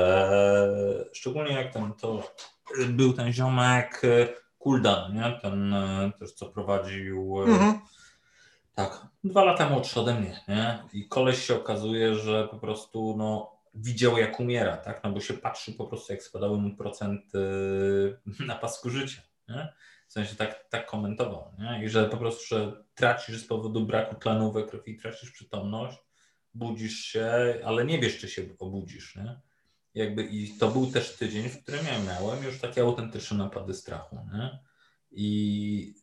że szczególnie jak ten to yy, był ten ziomek yy, Kuldan, nie? Ten yy, też co prowadził yy, Mhm. tak, dwa lata młodszy ode mnie, nie? I koleś się okazuje, że po prostu no, widział jak umiera, tak? No bo się patrzy po prostu jak spadały mu procenty na pasku życia, nie? W sensie tak, tak komentował, nie? I że po prostu, że tracisz z powodu braku tlenu we krwi, tracisz przytomność, budzisz się, ale nie wiesz, czy się obudzisz, nie? Jakby i to był też tydzień, w którym ja miałem już takie autentyczne napady strachu, nie? I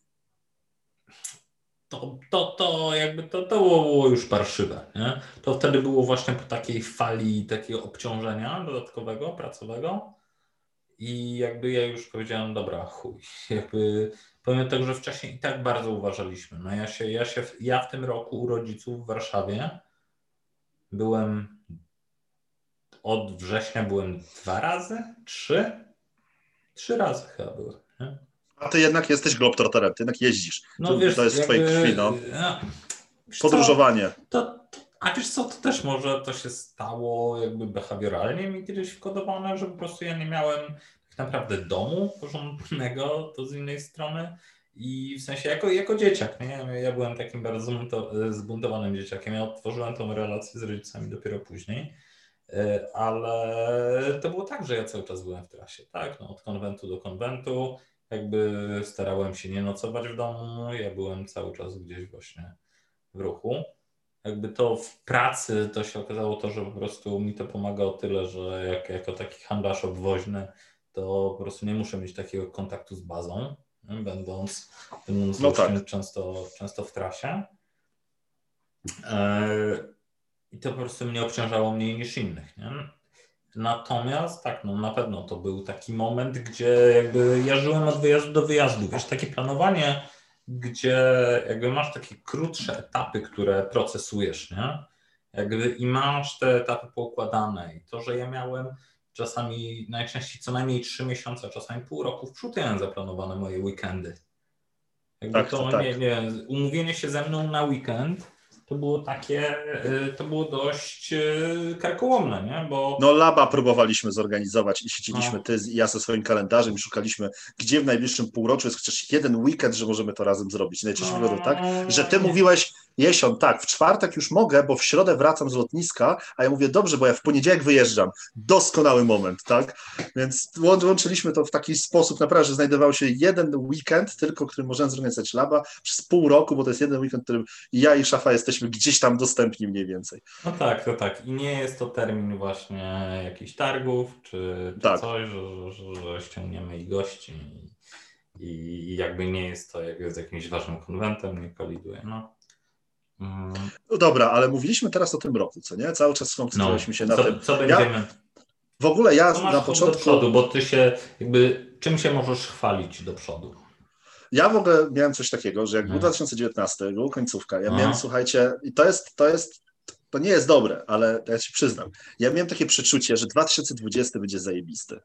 to, to, to jakby to, to było już parszywe, nie? To wtedy było właśnie po takiej fali takiego obciążenia dodatkowego, pracowego i jakby ja już powiedziałem, dobra, chuj, jakby pomimo tego, że wcześniej i tak bardzo uważaliśmy, no ja się, ja się, ja w tym roku u rodziców w Warszawie byłem, od września byłem dwa razy, trzy, trzy razy chyba byłem, nie? A ty jednak jesteś globtroterem, ty jednak jeździsz. To, No to wiesz, jest w twojej jakby, krwi, no. no, wiesz co, Podróżowanie. to, to, a wiesz co, to też może to się stało jakby behawioralnie mi kiedyś wkodowane, że po prostu ja nie miałem tak naprawdę domu porządnego, to z innej strony i w sensie jako, jako dzieciak, nie? Ja byłem takim bardzo zbunto- zbuntowanym dzieciakiem, ja otworzyłem tą relację z rodzicami dopiero później, ale to było tak, że ja cały czas byłem w trasie, tak, no, od konwentu do konwentu, jakby starałem się nie nocować w domu, ja byłem cały czas gdzieś właśnie w ruchu. Jakby to w pracy to się okazało to, że po prostu mi to pomaga o tyle, że jak, jako taki handlarz obwoźny, to po prostu nie muszę mieć takiego kontaktu z bazą, nie? będąc, będąc No właśnie tak. często, często w trasie. Eee, I to po prostu mnie obciążało mniej niż innych. Nie? Natomiast tak, no na pewno to był taki moment, gdzie jakby ja żyłem od wyjazdu do wyjazdu. Wiesz, takie planowanie, gdzie jakby masz takie krótsze etapy, które procesujesz, nie? Jakby i masz te etapy poukładane. I to, że ja miałem czasami najczęściej co najmniej trzy miesiące, czasami pół roku w przód, ja miałem zaplanowane moje weekendy. Jakby Tak, to, to tak. nie, nie, umówienie się ze mną na weekend to było takie, to było dość karkołomne, nie? Bo... No laba próbowaliśmy zorganizować i siedzieliśmy No. ty i ja ze swoim kalendarzem i szukaliśmy, gdzie w najbliższym półroczu jest chociaż jeden weekend, że możemy to razem zrobić. Najczęściej No, wygląda tak, że ty nie. mówiłeś, Jesion, tak, w czwartek już mogę, bo w środę wracam z lotniska, a ja mówię, dobrze, bo ja w poniedziałek wyjeżdżam. Doskonały moment, tak? Więc łączyliśmy to w taki sposób, naprawdę, że znajdował się jeden weekend tylko, który możemy zorganizować laba przez pół roku, bo to jest jeden weekend, w którym ja i Szafa jesteśmy gdzieś tam dostępni mniej więcej. No tak, to tak. I nie jest to termin właśnie jakichś targów czy, czy Tak. coś, że, że, że ściągniemy ich gości i, i jakby nie jest to jak z jakimś ważnym konwentem, nie koliduje. No. Mm. No dobra, ale mówiliśmy teraz o tym roku, co nie? Cały czas skoncentrowaliśmy się no. na co, tym. Co będziemy... Ja, w ogóle ja co masz na do początku... przodu, bo ty się jakby... Czym się możesz chwalić do przodu? Ja w ogóle miałem coś takiego, że jak no. był dwa tysiące dziewiętnasty, była końcówka, ja no. miałem, słuchajcie, i to jest, to jest, to nie jest dobre, ale ja ci przyznam, ja miałem takie przeczucie, że dwa tysiące dwudziesty będzie zajebisty.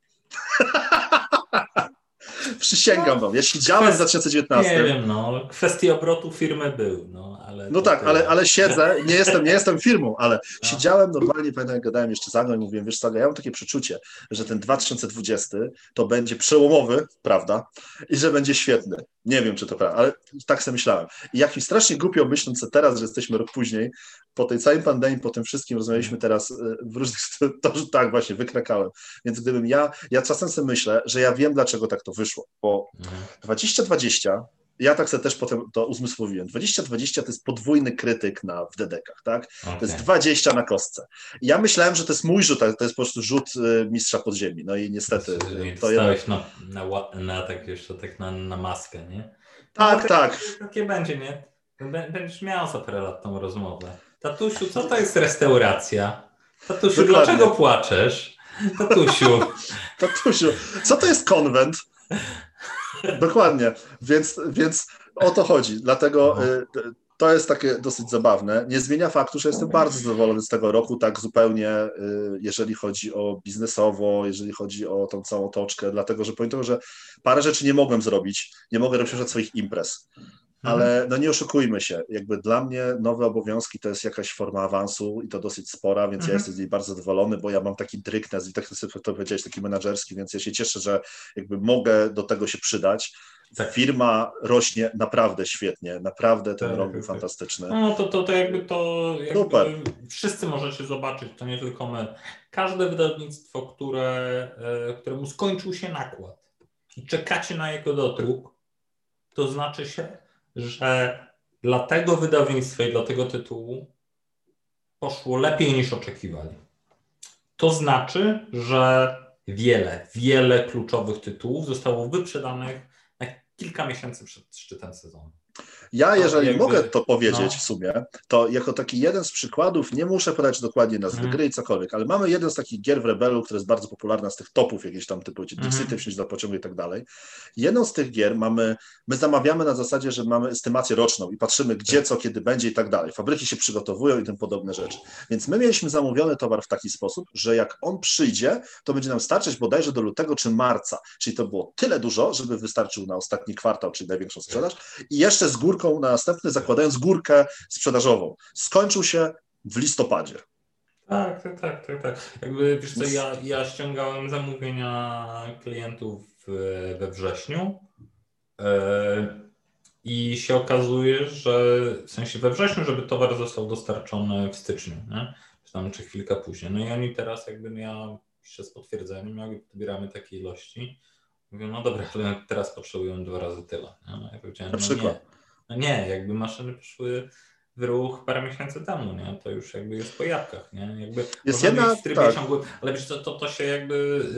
Przysięgam wam, ja siedziałem w dwa tysiące dziewiętnastym. Nie wiem, no, kwestii obrotu firmy był, no, ale... No tak, ale, ale siedzę, nie jestem, nie jestem firmą, ale no. siedziałem normalnie, pamiętam, jak gadałem jeszcze z Agą i mówiłem, wiesz co, ja mam takie przeczucie, że ten dwa tysiące dwudziesty to będzie przełomowy, prawda, i że będzie świetny. Nie wiem, czy to prawda, ale tak sobie myślałem. I jak mi strasznie głupio myśląc że teraz, że jesteśmy rok później, po tej całej pandemii, po tym wszystkim rozmawialiśmy teraz w różnych, to, że tak właśnie, wykrakałem. Więc gdybym ja, ja czasem sobie myślę, że ja wiem, dlaczego tak to wyszło, bo dwadzieścia dwadzieścia, ja tak sobie też potem to uzmysłowiłem, dwadzieścia dwadzieścia to jest podwójny krytyk na, w dedekach, tak? Okay. To jest dwadzieścia na kostce. I ja myślałem, że to jest mój rzut, ale to jest po prostu rzut mistrza podziemi. No i niestety... I to jednak... na, na, na tak jeszcze tak na, na maskę, nie? Tak, no, tak. Takie będzie, nie? Będziesz miał za parę lat tą rozmowę. Tatusiu, co to jest restauracja? Tatusiu, Dokładnie. Dlaczego płaczesz? Tatusiu. Tatusiu, co to jest konwent? Dokładnie, więc, więc o to chodzi. Dlatego no. y, to jest takie dosyć zabawne. Nie zmienia faktu, że jestem bardzo zadowolony z tego roku, tak zupełnie, y, jeżeli chodzi o biznesowo, jeżeli chodzi o tą całą toczkę, dlatego że powiem tego, że parę rzeczy nie mogłem zrobić, nie mogę robić przykład swoich imprez. Ale no nie oszukujmy się, jakby dla mnie nowe obowiązki to jest jakaś forma awansu i to dosyć spora, więc mhm. ja jestem z niej bardzo zadowolony, bo ja mam taki dryk, i tak sobie to powiedziałeś, taki menadżerski, więc ja się cieszę, że jakby mogę do tego się przydać. Tak. Firma rośnie naprawdę świetnie, naprawdę ten tak, rok był tak. fantastyczny. No to, to, to jakby to jakby Super. Wszyscy możecie zobaczyć, to nie tylko my. Każde wydawnictwo, które, któremu skończył się nakład i czekacie na jego dodruk, to znaczy się, że dla tego wydawnictwa i dla tego tytułu poszło lepiej niż oczekiwali. To znaczy, że wiele, wiele kluczowych tytułów zostało wyprzedanych na kilka miesięcy przed szczytem sezonu. Ja, jeżeli jakby, mogę to powiedzieć no. w sumie, to jako taki jeden z przykładów, nie muszę podać dokładnie nazwy mm. gry i cokolwiek, ale mamy jeden z takich gier w Rebelu, która jest bardzo popularna z tych topów, jakieś tam typu mm. Dixity, wsiąść do pociągu i tak dalej. Jedną z tych gier mamy, my zamawiamy na zasadzie, że mamy estymację roczną i patrzymy gdzie, co, kiedy będzie i tak dalej. Fabryki się przygotowują i tym podobne rzeczy. Więc my mieliśmy zamówiony towar w taki sposób, że jak on przyjdzie, to będzie nam starczyć bodajże do lutego czy marca. Czyli to było tyle dużo, żeby wystarczył na ostatni kwartał, czyli największą sprzedaż i jeszcze z górką na następny, zakładając górkę sprzedażową. Skończył się w listopadzie. Tak, tak, tak, tak, tak. Jakby, wiesz co, ja, ja ściągałem zamówienia klientów we wrześniu yy, i się okazuje, że w sensie we wrześniu, żeby towar został dostarczony w styczniu, nie? Czy tam, czy chwilkę później. No i oni teraz jakbym ja piszę z potwierdzeniem, jak pobieramy takie ilości, mówią, no dobra, ale teraz potrzebują dwa razy tyle. Nie? No ja powiedziałem, na przykład. No nie. No nie, jakby maszyny poszły w ruch parę miesięcy temu, nie? To już jakby jest po jabłkach, nie? Jakby jest jedna, w trybie tak. ciągłym, ale wiesz, to, to, to się jakby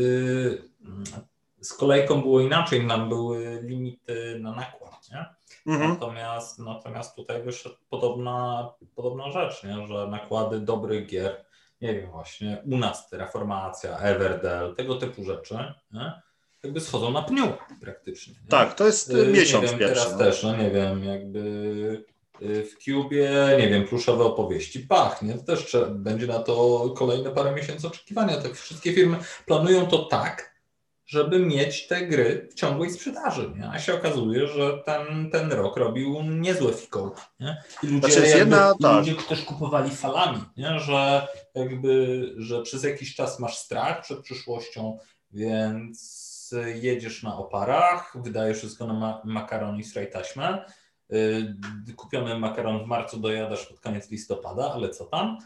yy, z kolejką było inaczej, nam były limity na nakład, nie? Mhm. Natomiast, natomiast tutaj wyszła podobna, podobna rzecz, nie? Że nakłady dobrych gier, nie wiem właśnie, u nas Terraformacja, Everdell, tego typu rzeczy, nie? Jakby schodzą na pniu praktycznie. Nie? Tak, to jest nie miesiąc wiem, pierwszy. Teraz no. też, no nie wiem, jakby w Cubie, nie wiem, pluszowe opowieści, pach, nie? To też trzeba, będzie na to kolejne parę miesięcy oczekiwania. Te wszystkie firmy planują to tak, żeby mieć te gry w ciągłej sprzedaży, nie? A się okazuje, że ten, ten rok robił niezłe fikołki, nie? I ludzie, Znaczy jest jakby, jedna, i tak. ludzie też kupowali falami, nie? Że jakby, że przez jakiś czas masz strach przed przyszłością, więc jedziesz na oparach, wydajesz wszystko na ma- makaron i straj taśmę, yy, kupiony makaron w marcu dojadasz pod koniec listopada, ale co tam?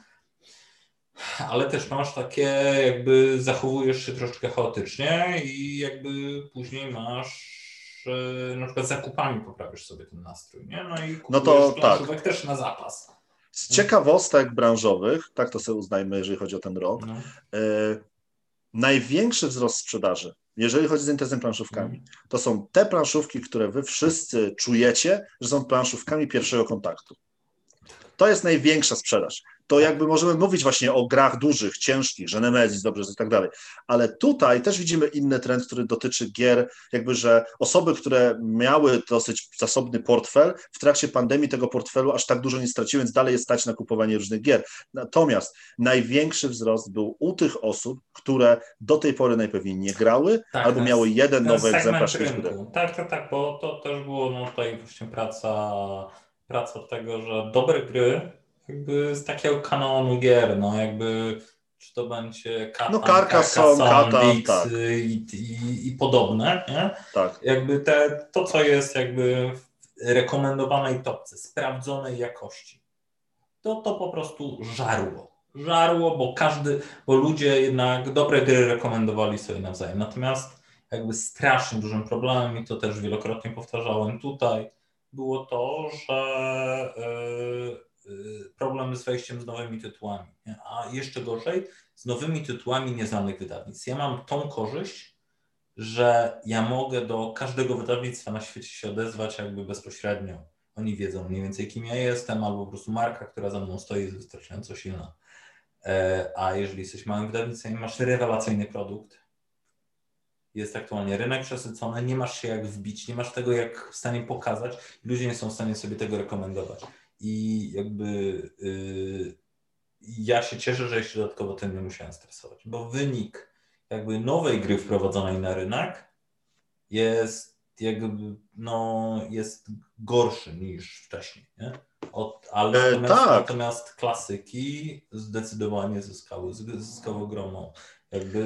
Ale też masz takie, jakby zachowujesz się troszeczkę chaotycznie i jakby później masz, e, na przykład zakupami poprawisz sobie ten nastrój, nie? No i No kupujesz to planszówek tak. też na zapas. Z ciekawostek branżowych, tak to sobie uznajmy, jeżeli chodzi o ten rok, No. e, największy wzrost sprzedaży, jeżeli chodzi z interesem No. planszówkami, to są te planszówki, które wy wszyscy czujecie, że są planszówkami pierwszego kontaktu. To jest największa sprzedaż. To jakby możemy mówić właśnie o grach dużych, ciężkich, że Nemesis, dobrze, i tak dalej. Ale tutaj też widzimy inny trend, który dotyczy gier, jakby, że osoby, które miały dosyć zasobny portfel, w trakcie pandemii tego portfelu aż tak dużo nie straciły, więc dalej jest stać na kupowanie różnych gier. Natomiast największy wzrost był u tych osób, które do tej pory najpewniej nie grały, Tak, albo ten, miały jeden ten nowy segment egzemplarz jakiejś gry. rynku. Tak, tak, tak, bo to też było no, tutaj właśnie praca, praca tego, że dobre gry jakby z takiego kanonu gier, no jakby czy to będzie No Katan, Carcassonne, Carcassonne, Catan, Dix tak, i, i, i podobne, nie? tak. Jakby te, to, co jest jakby w rekomendowanej topce, sprawdzonej jakości, to to po prostu żarło. Żarło, bo każdy, bo ludzie jednak dobre gry rekomendowali sobie nawzajem. Natomiast jakby strasznie dużym problemem, i to też wielokrotnie powtarzałem tutaj, było to, że yy, yy, problem z wejściem z nowymi tytułami. Nie? A jeszcze gorzej, z nowymi tytułami nieznanych wydawnictw. Ja mam tą korzyść, że ja mogę do każdego wydawnictwa na świecie się odezwać jakby bezpośrednio. Oni wiedzą mniej więcej, kim ja jestem, albo po prostu marka, która za mną stoi, jest wystarczająco silna. A jeżeli jesteś małym wydawnictwem i masz rewelacyjny produkt, jest aktualnie rynek przesycony, nie masz się jak wbić, nie masz tego jak w stanie pokazać, ludzie nie są w stanie sobie tego rekomendować. I jakby yy, ja się cieszę, że jeszcze dodatkowo tym nie musiałem stresować, bo wynik jakby nowej gry wprowadzonej na rynek jest jakby, no, jest gorszy niż wcześniej, nie? Od, ale E, natomiast, tak, natomiast klasyki zdecydowanie zyskały, zyskały ogromną jakby,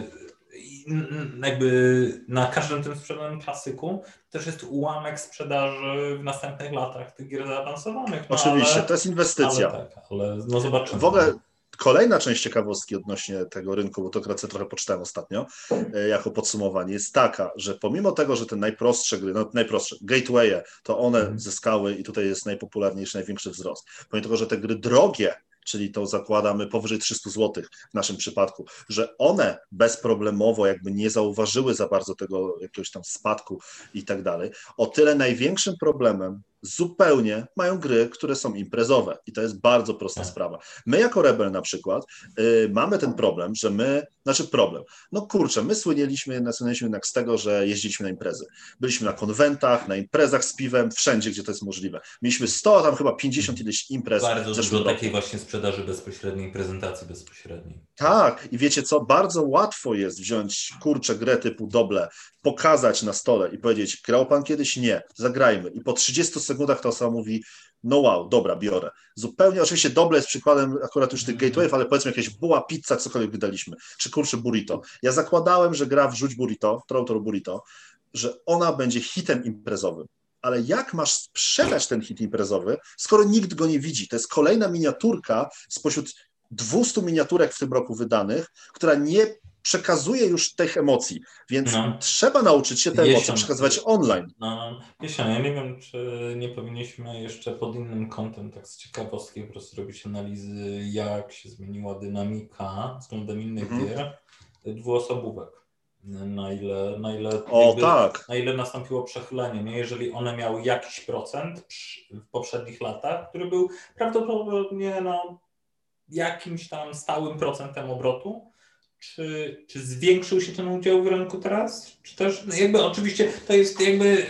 jakby na każdym tym sprzedanym klasyku też jest ułamek sprzedaży w następnych latach tych gier zaawansowanych, no oczywiście, ale, to jest ale inwestycja. tak, ale no zobaczymy. W ogóle kolejna część ciekawostki odnośnie tego rynku, bo to akurat sobie trochę poczytałem ostatnio, jako podsumowanie, jest taka, że pomimo tego, że te najprostsze gry, no najprostsze, gatewaye, to one mhm. zyskały i tutaj jest najpopularniejszy, największy wzrost. Pomimo tego, że te gry drogie, czyli to zakładamy powyżej trzysta złotych w naszym przypadku, że one bezproblemowo jakby nie zauważyły za bardzo tego jakiegoś tam spadku i tak dalej. O tyle największym problemem zupełnie mają gry, które są imprezowe i to jest bardzo prosta tak. sprawa. My jako Rebel na przykład yy, mamy ten problem, że my, znaczy problem, no kurczę, my słynieliśmy, słynieliśmy jednak z tego, że jeździliśmy na imprezy. Byliśmy na konwentach, na imprezach z piwem, wszędzie, gdzie to jest możliwe. Mieliśmy sto, tam chyba pięćdziesiąt ileś imprez. Bardzo dużo takiej właśnie sprzedaży bezpośredniej, prezentacji bezpośredniej. Tak, i wiecie co, bardzo łatwo jest wziąć, kurczę, grę typu Doble, pokazać na stole i powiedzieć, grał pan kiedyś? Nie, zagrajmy. I po trzydziestu sekundach ta osoba mówi, no wow, dobra, biorę. Zupełnie, oczywiście Doble jest przykładem akurat już tych gatewayów, ale powiedzmy jakieś buła, pizza, cokolwiek wydaliśmy, czy kurczę burrito. Ja zakładałem, że gra Wrzuć burrito, Troutro burrito, że ona będzie hitem imprezowym. Ale jak masz sprzedać ten hit imprezowy, skoro nikt go nie widzi? To jest kolejna miniaturka spośród dwustu miniaturek w tym roku wydanych, która nie przekazuje już tych emocji, więc no. trzeba nauczyć się te Jesion, emocje przekazywać online. No, Jesion, ja nie wiem, czy nie powinniśmy jeszcze pod innym kątem, tak z ciekawostki, po prostu robić analizy, jak się zmieniła dynamika względem innych mhm. gier dwuosobówek. Na ile, na, ile, o, jakby, tak. na ile nastąpiło przechylenie, nie? Jeżeli one miały jakiś procent w poprzednich latach, który był prawdopodobnie no, jakimś tam stałym procentem obrotu, czy, czy zwiększył się ten udział w rynku teraz? Czy też, no jakby oczywiście to jest jakby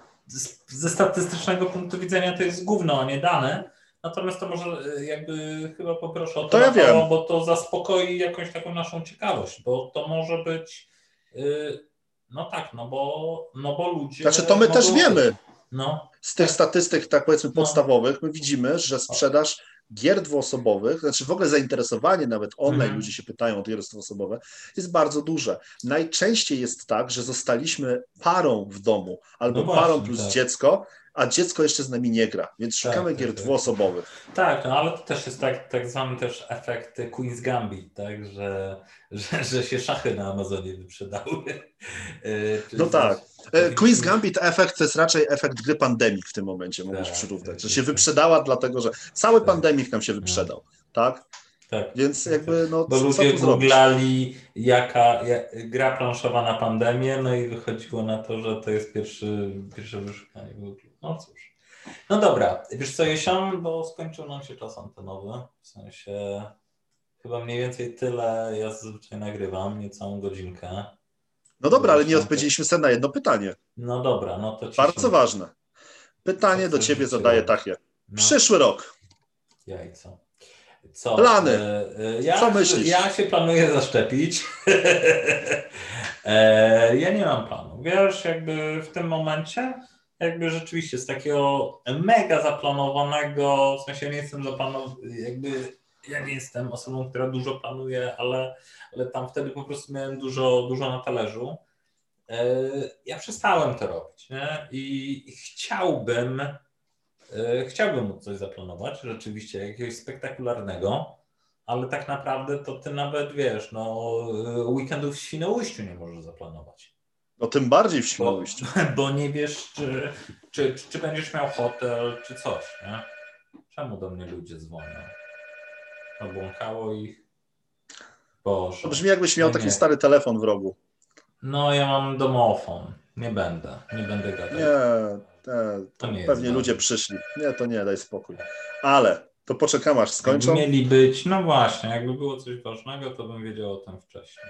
z, ze statystycznego punktu widzenia to jest gówno, a nie dane, natomiast to może jakby chyba poproszę o to, to ja Rafała, wiem. bo to zaspokoi jakąś taką naszą ciekawość, bo to może być yy, no tak, no bo, no bo ludzie... Znaczy to my mogą, też wiemy. No, Z tych tak, statystyk, tak powiedzmy, no. podstawowych, my widzimy, że sprzedaż gier dwuosobowych, znaczy w ogóle zainteresowanie nawet online, Mhm. ludzie się pytają o gier dwuosobowe, jest bardzo duże. Najczęściej jest tak, że zostaliśmy parą w domu albo No parą właśnie, plus tak. dziecko, a dziecko jeszcze z nami nie gra, więc szukamy Tak, gier tak, tak. dwuosobowych. Tak, no ale to też jest tak, tak zwany też efekt Queen's Gambit, tak, że, że, że się szachy na Amazonie wyprzedały. Yy, No czyli tak. wiesz, E, Queen's powinniśmy... Gambit efekt to jest raczej efekt gry Pandemic w tym momencie, mógłbyś Tak, przyrównać, tak, że się tak, tak, wyprzedała dlatego, że cały tak, Pandemic nam się no, wyprzedał, tak? tak, Więc tak, tak. jakby, no Bo co ludzie tu zrobisz? googlali jaka, jak, gra planszowa na pandemię, no i wychodziło na to, że to jest pierwszy, pierwsze wyszukanie Google. No cóż. No dobra, wiesz co, Jesian, bo skończył nam się czas antenowy, w sensie chyba mniej więcej tyle ja zazwyczaj nagrywam, niecałą godzinkę. No Bo dobra, ale nie zresztą tak... odpowiedzieliśmy sobie na jedno pytanie. No dobra, no to Bardzo ciśnij. ważne. Co Pytanie do chcesz w ciebie życiu zadaję robić? takie. No, Przyszły rok. jajco. Co? Plany. E, e, Co ja, myślisz? ja się planuję zaszczepić. e, ja nie mam planu. Wiesz, jakby w tym momencie, jakby rzeczywiście z takiego mega zaplanowanego, w sensie nie jestem zaplanowany, jakby ja nie jestem osobą, która dużo planuje, ale, ale tam wtedy po prostu miałem dużo, dużo na talerzu. E, ja przestałem to robić, nie? I chciałbym, Chciałbym móc coś zaplanować, rzeczywiście jakiegoś spektakularnego, ale tak naprawdę to ty nawet wiesz, no weekendów w Świnoujściu nie możesz zaplanować. No tym bardziej w Bo, Świnoujściu. bo nie wiesz, czy, czy, czy, czy będziesz miał hotel, czy coś, nie? Czemu do mnie ludzie dzwonią? Obłąkało ich? To Boże. brzmi jakbyś miał Nie, taki nie. stary telefon w rogu. No ja mam domofon. Nie będę. Nie będę gadał. Nie, te, To to nie jest pewnie ludzie ważne. przyszli. Nie, to nie, daj spokój. Ale to poczekam aż Jakby skończą. mieli być, no właśnie, jakby było coś ważnego, to bym wiedział o tym wcześniej.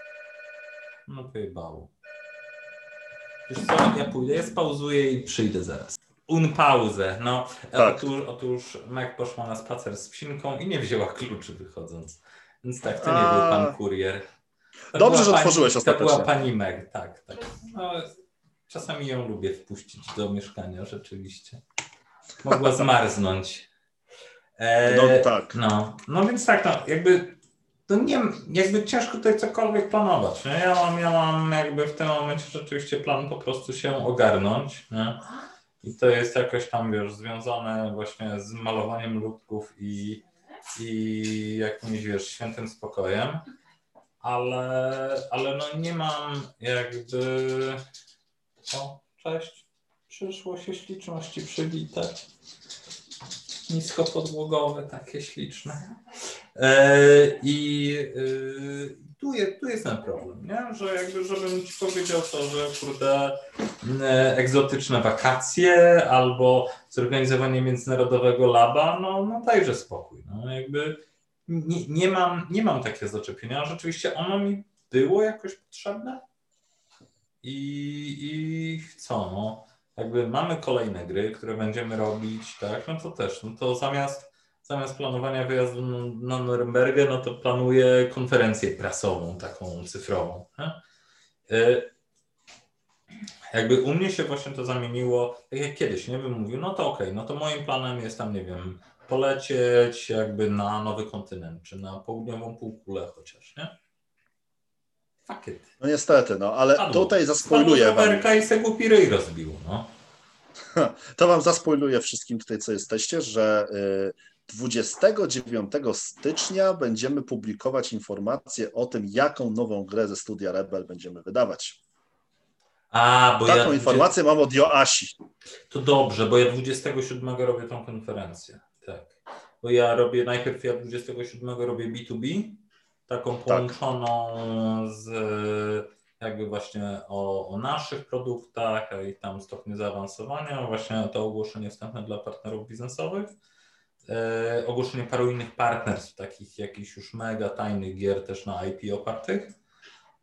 No pojebało. Wiesz co, ja pójdę, ja spauzuję i przyjdę zaraz. Unpauzę. No, Tak. otóż, otóż Meg poszła na spacer z psinką i nie wzięła kluczy wychodząc. Więc tak, to nie A, był pan kurier. To dobrze, była że pani, otworzyłeś to była ostatecznie. pani Meg, tak, tak. No, czasami ją lubię wpuścić do mieszkania, rzeczywiście. Mogła zmarznąć. E, No tak. no, no więc tak, no, jakby to nie, jakby ciężko tutaj cokolwiek planować, nie? Ja mam, ja mam jakby w tym momencie rzeczywiście plan po prostu się ogarnąć, nie? I to jest jakoś tam, wiesz, związane właśnie z malowaniem ludków i, i jakimś, wiesz, świętym spokojem, ale, ale no nie mam jakby... O, cześć, przyszło się śliczności przywitać. Niskopodłogowe, takie śliczne. E, I e, tu, jest, tu jest ten problem, nie? Że jakby, żebym ci powiedział to, że kurde, e, egzotyczne wakacje albo zorganizowanie międzynarodowego laba, no, no dajże spokój. No, jakby nie, nie, mam, nie mam takiego zaczepienia, rzeczywiście ono mi było jakoś potrzebne i, i co, no. Jakby mamy kolejne gry, które będziemy robić, tak, no to też, no to zamiast, zamiast planowania wyjazdu na Norymbergę, no to planuję konferencję prasową, taką cyfrową. Nie? Jakby u mnie się właśnie to zamieniło, tak jak kiedyś, nie bym mówił, no to okej, okay, no to moim planem jest tam, nie wiem, polecieć jakby na nowy kontynent, czy na południową półkulę chociaż, nie? Fuck it. No niestety, no, ale Spadło. tutaj Spadło z zaspoiluję wam. rowerka i se głupi ryj rozbił, no. To wam zaspoiluję wszystkim tutaj, co jesteście, że dwudziestego dziewiątego stycznia będziemy publikować informacje o tym, jaką nową grę ze studia Rebel będziemy wydawać. A, bo Taką ja dwudziestego informację mam od Joasi. To dobrze, bo ja dwudziestego siódmego robię tą konferencję. Tak. Bo ja robię, najpierw ja dwudziestego siódmego robię B dwa B, taką połączoną tak. z jakby właśnie o, o naszych produktach i tam stopniu zaawansowania, właśnie to ogłoszenie wstępne dla partnerów biznesowych, e, ogłoszenie paru innych partnerstw, takich jakichś już mega tajnych gier też na I P opartych.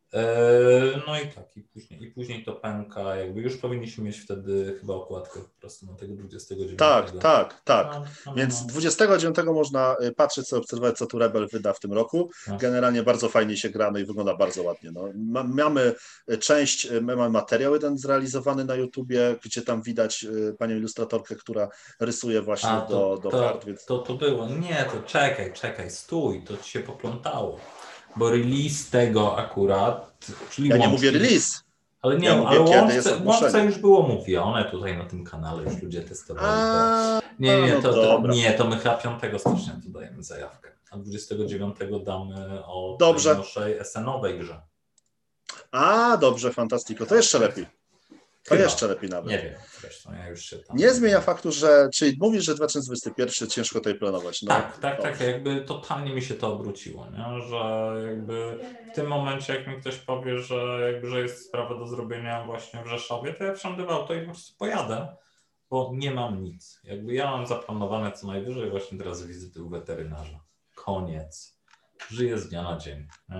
No i tak, i później, i później to pęka, jakby już powinniśmy mieć wtedy chyba okładkę po prostu na tego dwudziestego dziewiątego. Tak, tak, tak. No, no, Więc no. dwudziestego dziewiątego można patrzeć sobie, obserwować, co tu Rebel wyda w tym roku. No. Generalnie bardzo fajnie się gra, no i wygląda bardzo ładnie. No. Mamy część, mamy materiał jeden zrealizowany na YouTubie, gdzie tam widać panią ilustratorkę, która rysuje właśnie A, do, to, do to, kart. Więc... to, to było. Nie, to czekaj, czekaj, stój, to ci się poplątało. Bo release tego akurat, czyli Ja nie łączki, mówię release. ale nie, Ja mówię, ale kiedy jest łączce, ogłoszenie. łączce już było mówione tutaj na tym kanale, już ludzie testowali to. A, Nie, nie, no to, to, dobra. nie, to my chyba piątego stycznia tu dajemy zajawkę, a dwudziestego dziewiątego damy o Dobrze. tej naszej S N-owej grze. A, dobrze, fantastyko. To jeszcze lepiej. To Chyba. jeszcze lepiej nawet. Nie wiem, zresztą ja już się tam... Nie zmienia faktu, że, czyli mówisz, że dwa tysiące dwudziesty pierwszy ciężko tutaj planować. No, tak, tak, dobrze. tak, jakby totalnie mi się to obróciło, nie? Że jakby w tym momencie, jak mi ktoś powie, że, jakby, że jest sprawa do zrobienia właśnie w Rzeszowie, to ja wsiądę w auto i po prostu pojadę, bo nie mam nic. Jakby ja mam zaplanowane co najwyżej właśnie teraz wizyty u weterynarza. Koniec. Żyję z dnia na dzień. Nie?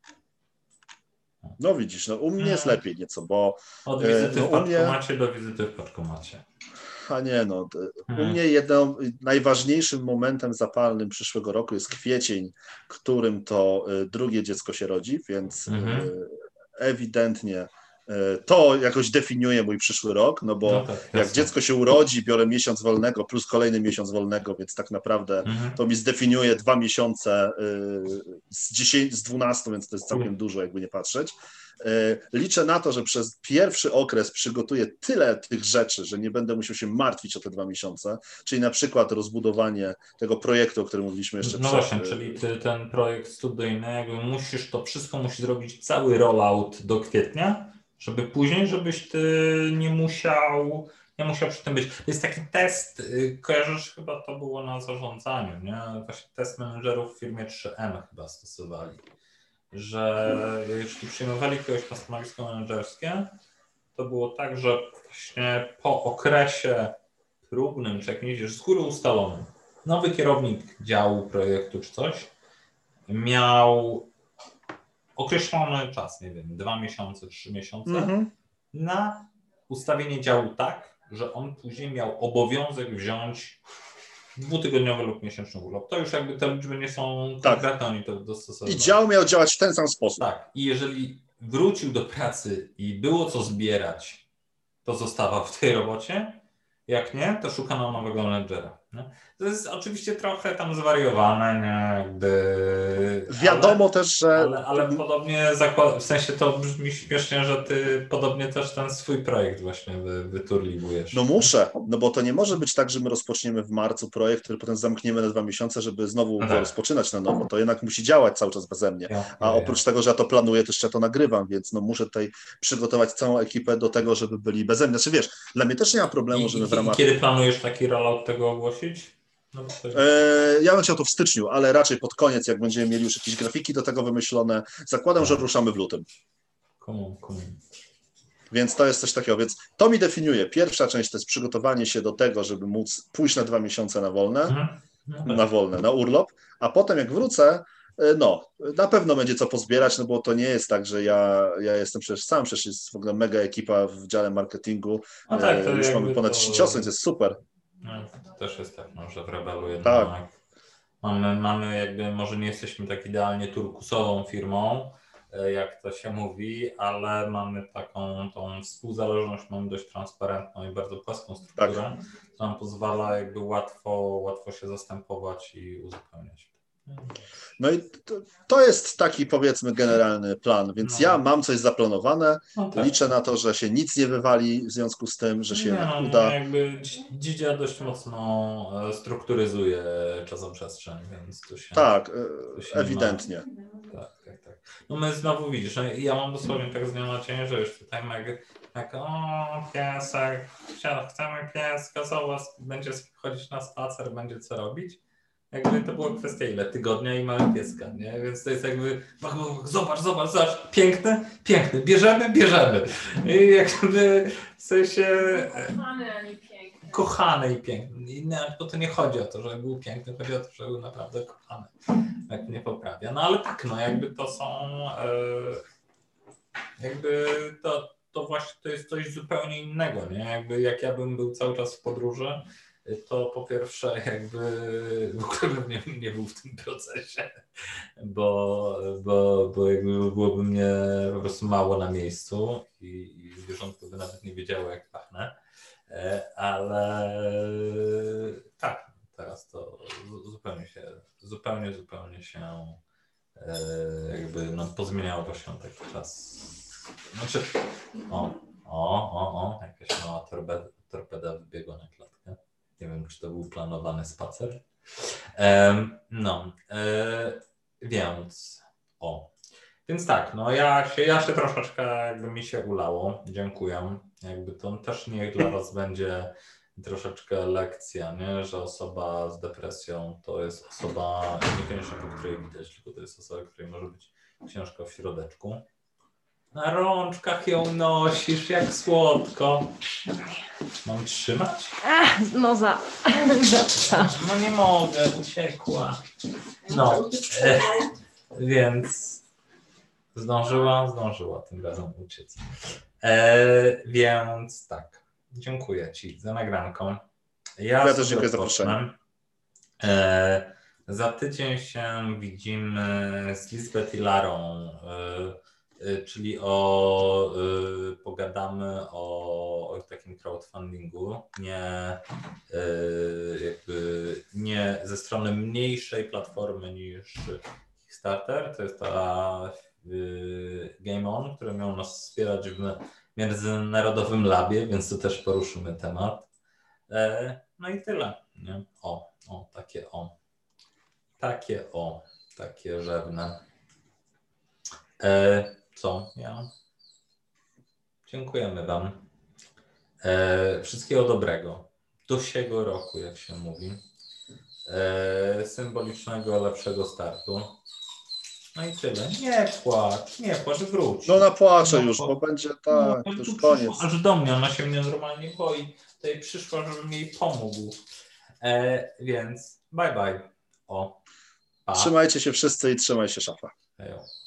No widzisz, no u mnie jest Hmm. lepiej nieco, bo Od wizyty no, w u mnie- paczkomacie do wizyty w paczkomacie. a nie no, t- u Mhm. mnie jedną najważniejszym momentem zapalnym przyszłego roku jest kwiecień, którym to y, drugie dziecko się rodzi, więc Mhm. y, ewidentnie y, to jakoś definiuje mój przyszły rok, no bo No tak, jak jasne. dziecko się urodzi, biorę miesiąc wolnego plus kolejny miesiąc wolnego, więc tak naprawdę Mhm. to mi zdefiniuje dwa miesiące y, z dziesięciu, z dwunastu, więc to jest całkiem dużo, jakby nie patrzeć. Y, Liczę na to, że przez pierwszy okres przygotuję tyle tych rzeczy, że nie będę musiał się martwić o te dwa miesiące, czyli na przykład rozbudowanie tego projektu, o którym mówiliśmy jeszcze No przed. właśnie, czyli ty ten projekt studyjny, jakby musisz to wszystko musi zrobić cały rollout do kwietnia, żeby później, żebyś ty nie musiał, nie musiał przy tym być. Jest taki test, y, kojarzysz, chyba to było na zarządzaniu, nie? Właśnie test menedżerów w firmie trzy M chyba stosowali, że jeśli przyjmowali kogoś na stanowisko menedżerskie, to było tak, że właśnie po okresie próbnym, czy jakimś już z góry ustalonym, nowy kierownik działu projektu czy coś miał określony czas, nie wiem, dwa miesiące, trzy miesiące Mhm. na ustawienie działu tak, że on później miał obowiązek wziąć dwutygodniowy lub miesięczny urlop. To już jakby te liczby nie są Tak. konkretne, oni to dostosowali. I dział miał działać w ten sam sposób. Tak. I jeżeli wrócił do pracy i było co zbierać, to zostawał w tej robocie. Jak nie, to szukano nowego menedżera. Nie? To jest oczywiście trochę tam zwariowane, nie? Gdy... Wiadomo ale, też, że Ale, ale podobnie, zakład... w sensie to brzmi śmiesznie, że ty podobnie też ten swój projekt właśnie wy, wyturliwujesz. no muszę, no bo to nie może być tak, że my rozpoczniemy w marcu projekt, który potem zamkniemy na dwa miesiące, żeby znowu No go tak. rozpoczynać na nowo. To jednak musi działać cały czas beze mnie. Ja, A ja, oprócz ja. tego, że ja to planuję, to jeszcze ja to nagrywam, więc no muszę tutaj przygotować całą ekipę do tego, żeby byli beze mnie. Znaczy wiesz, dla mnie też nie ma problemu, I, żeby i, w ramach... I kiedy planujesz taki rollout tego ogłosić? No, bo to... E, ja bym chciał to w styczniu, ale raczej pod koniec, jak będziemy mieli już jakieś grafiki do tego wymyślone. Zakładam, że ruszamy w lutym. Komu, komu. Więc to jest coś takiego. Więc to mi definiuje. Pierwsza część to jest przygotowanie się do tego, żeby móc pójść na dwa miesiące na wolne, Mhm. No tak. na wolne, na urlop, a potem jak wrócę, no, na pewno będzie co pozbierać, no bo to nie jest tak, że ja, ja jestem przecież sam, przecież jest w ogóle mega ekipa w dziale marketingu. No tak, to Już jakby mamy ponad to- dziesięć osób, więc jest super. No, to też jest tak, no, że w Rebelu jednak Tak. mamy, mamy jakby, może nie jesteśmy tak idealnie turkusową firmą, e, jak to się mówi, ale mamy taką tą współzależność, mamy dość transparentną i bardzo płaską strukturę, Tak. co nam pozwala jakby łatwo, łatwo się zastępować i uzupełniać. No i to, to jest taki, powiedzmy, generalny plan, więc No. ja mam coś zaplanowane, No tak. liczę na to, że się nic nie wywali w związku z tym, że się nie, jednak no, uda. Nie, jakby dzi- Dzidzia dość mocno e, strukturyzuje czasoprzestrzeń, więc tu się... Tak, to się e, ewidentnie. Tak, tak, tak. No my znowu widzisz, no ja mam dosłownie tak z dnia na dzień, że już tutaj jak, jak o piesek, chcia- chcemy pieska, zobacz, będzie chodzić na spacer, będzie co robić. Jakby to była kwestia ile? Tygodnia i mamy pieska, nie? Więc to jest jakby zobacz, zobacz, zobacz, piękne, piękne, bierzemy, bierzemy. I jakby w sensie... Kochany, a nie piękny. Kochany i piękny. I nawet, bo to nie chodzi o to, że był piękny, chodzi o to, że był naprawdę kochany. Jak mnie poprawia. No ale tak, no jakby to są... E, jakby to, to właśnie to jest coś zupełnie innego, nie? Jakby jak ja bym był cały czas w podróży, to po pierwsze jakby w ogóle bym nie, nie był w tym procesie, bo, bo, bo jakby byłoby mnie po prostu mało na miejscu i, i zwierzątko by nawet nie wiedziało jak pachnę, ale tak, teraz to zupełnie się, zupełnie, zupełnie się jakby no, pozmieniało się taki czas. Znaczy, o, o, o, o, jakaś mała torpeda, torpeda wybiegła na klatkę. Nie wiem, czy to był planowany spacer. E, no, e, więc o. Więc tak, no ja się, ja się troszeczkę jakby mi się ulało. Dziękuję. Jakby to też niech dla was będzie troszeczkę lekcja, nie? Że osoba z depresją to jest osoba niekoniecznie po której widać, tylko to jest osoba, której może być ciężko w środeczku. Na rączkach ją nosisz, jak słodko. Mam trzymać? Ach, no za. za No nie mogę, uciekła. No, e, więc zdążyła, zdążyła tym razem uciec. E, więc tak, dziękuję ci za nagranką. Ja, Ja też dziękuję za zaproszenie. E, za tydzień się widzimy z Lisbeth i Larą. E, czyli o, y, pogadamy o, o takim crowdfundingu, nie, y, jakby nie ze strony mniejszej platformy niż Kickstarter, to jest ta y, Game On, który miał nas wspierać w międzynarodowym labie, więc tu też poruszymy temat. E, no i tyle. Nie? O, o, takie o, takie o, takie rzewne. E, Co? Ja. Dziękujemy wam. E, wszystkiego dobrego. Do siego roku, jak się mówi. E, symbolicznego, lepszego startu. No i tyle. Nie płacz, nie płacz, wróć. No napłaczę No, już, bo- bo będzie No, tak, tu już przyszła koniec. aż do mnie, ona się mnie normalnie boi. Tutaj przyszła, żebym jej pomógł. E, więc bye bye. O. Pa. Trzymajcie się wszyscy i trzymaj się szafa. Hejo.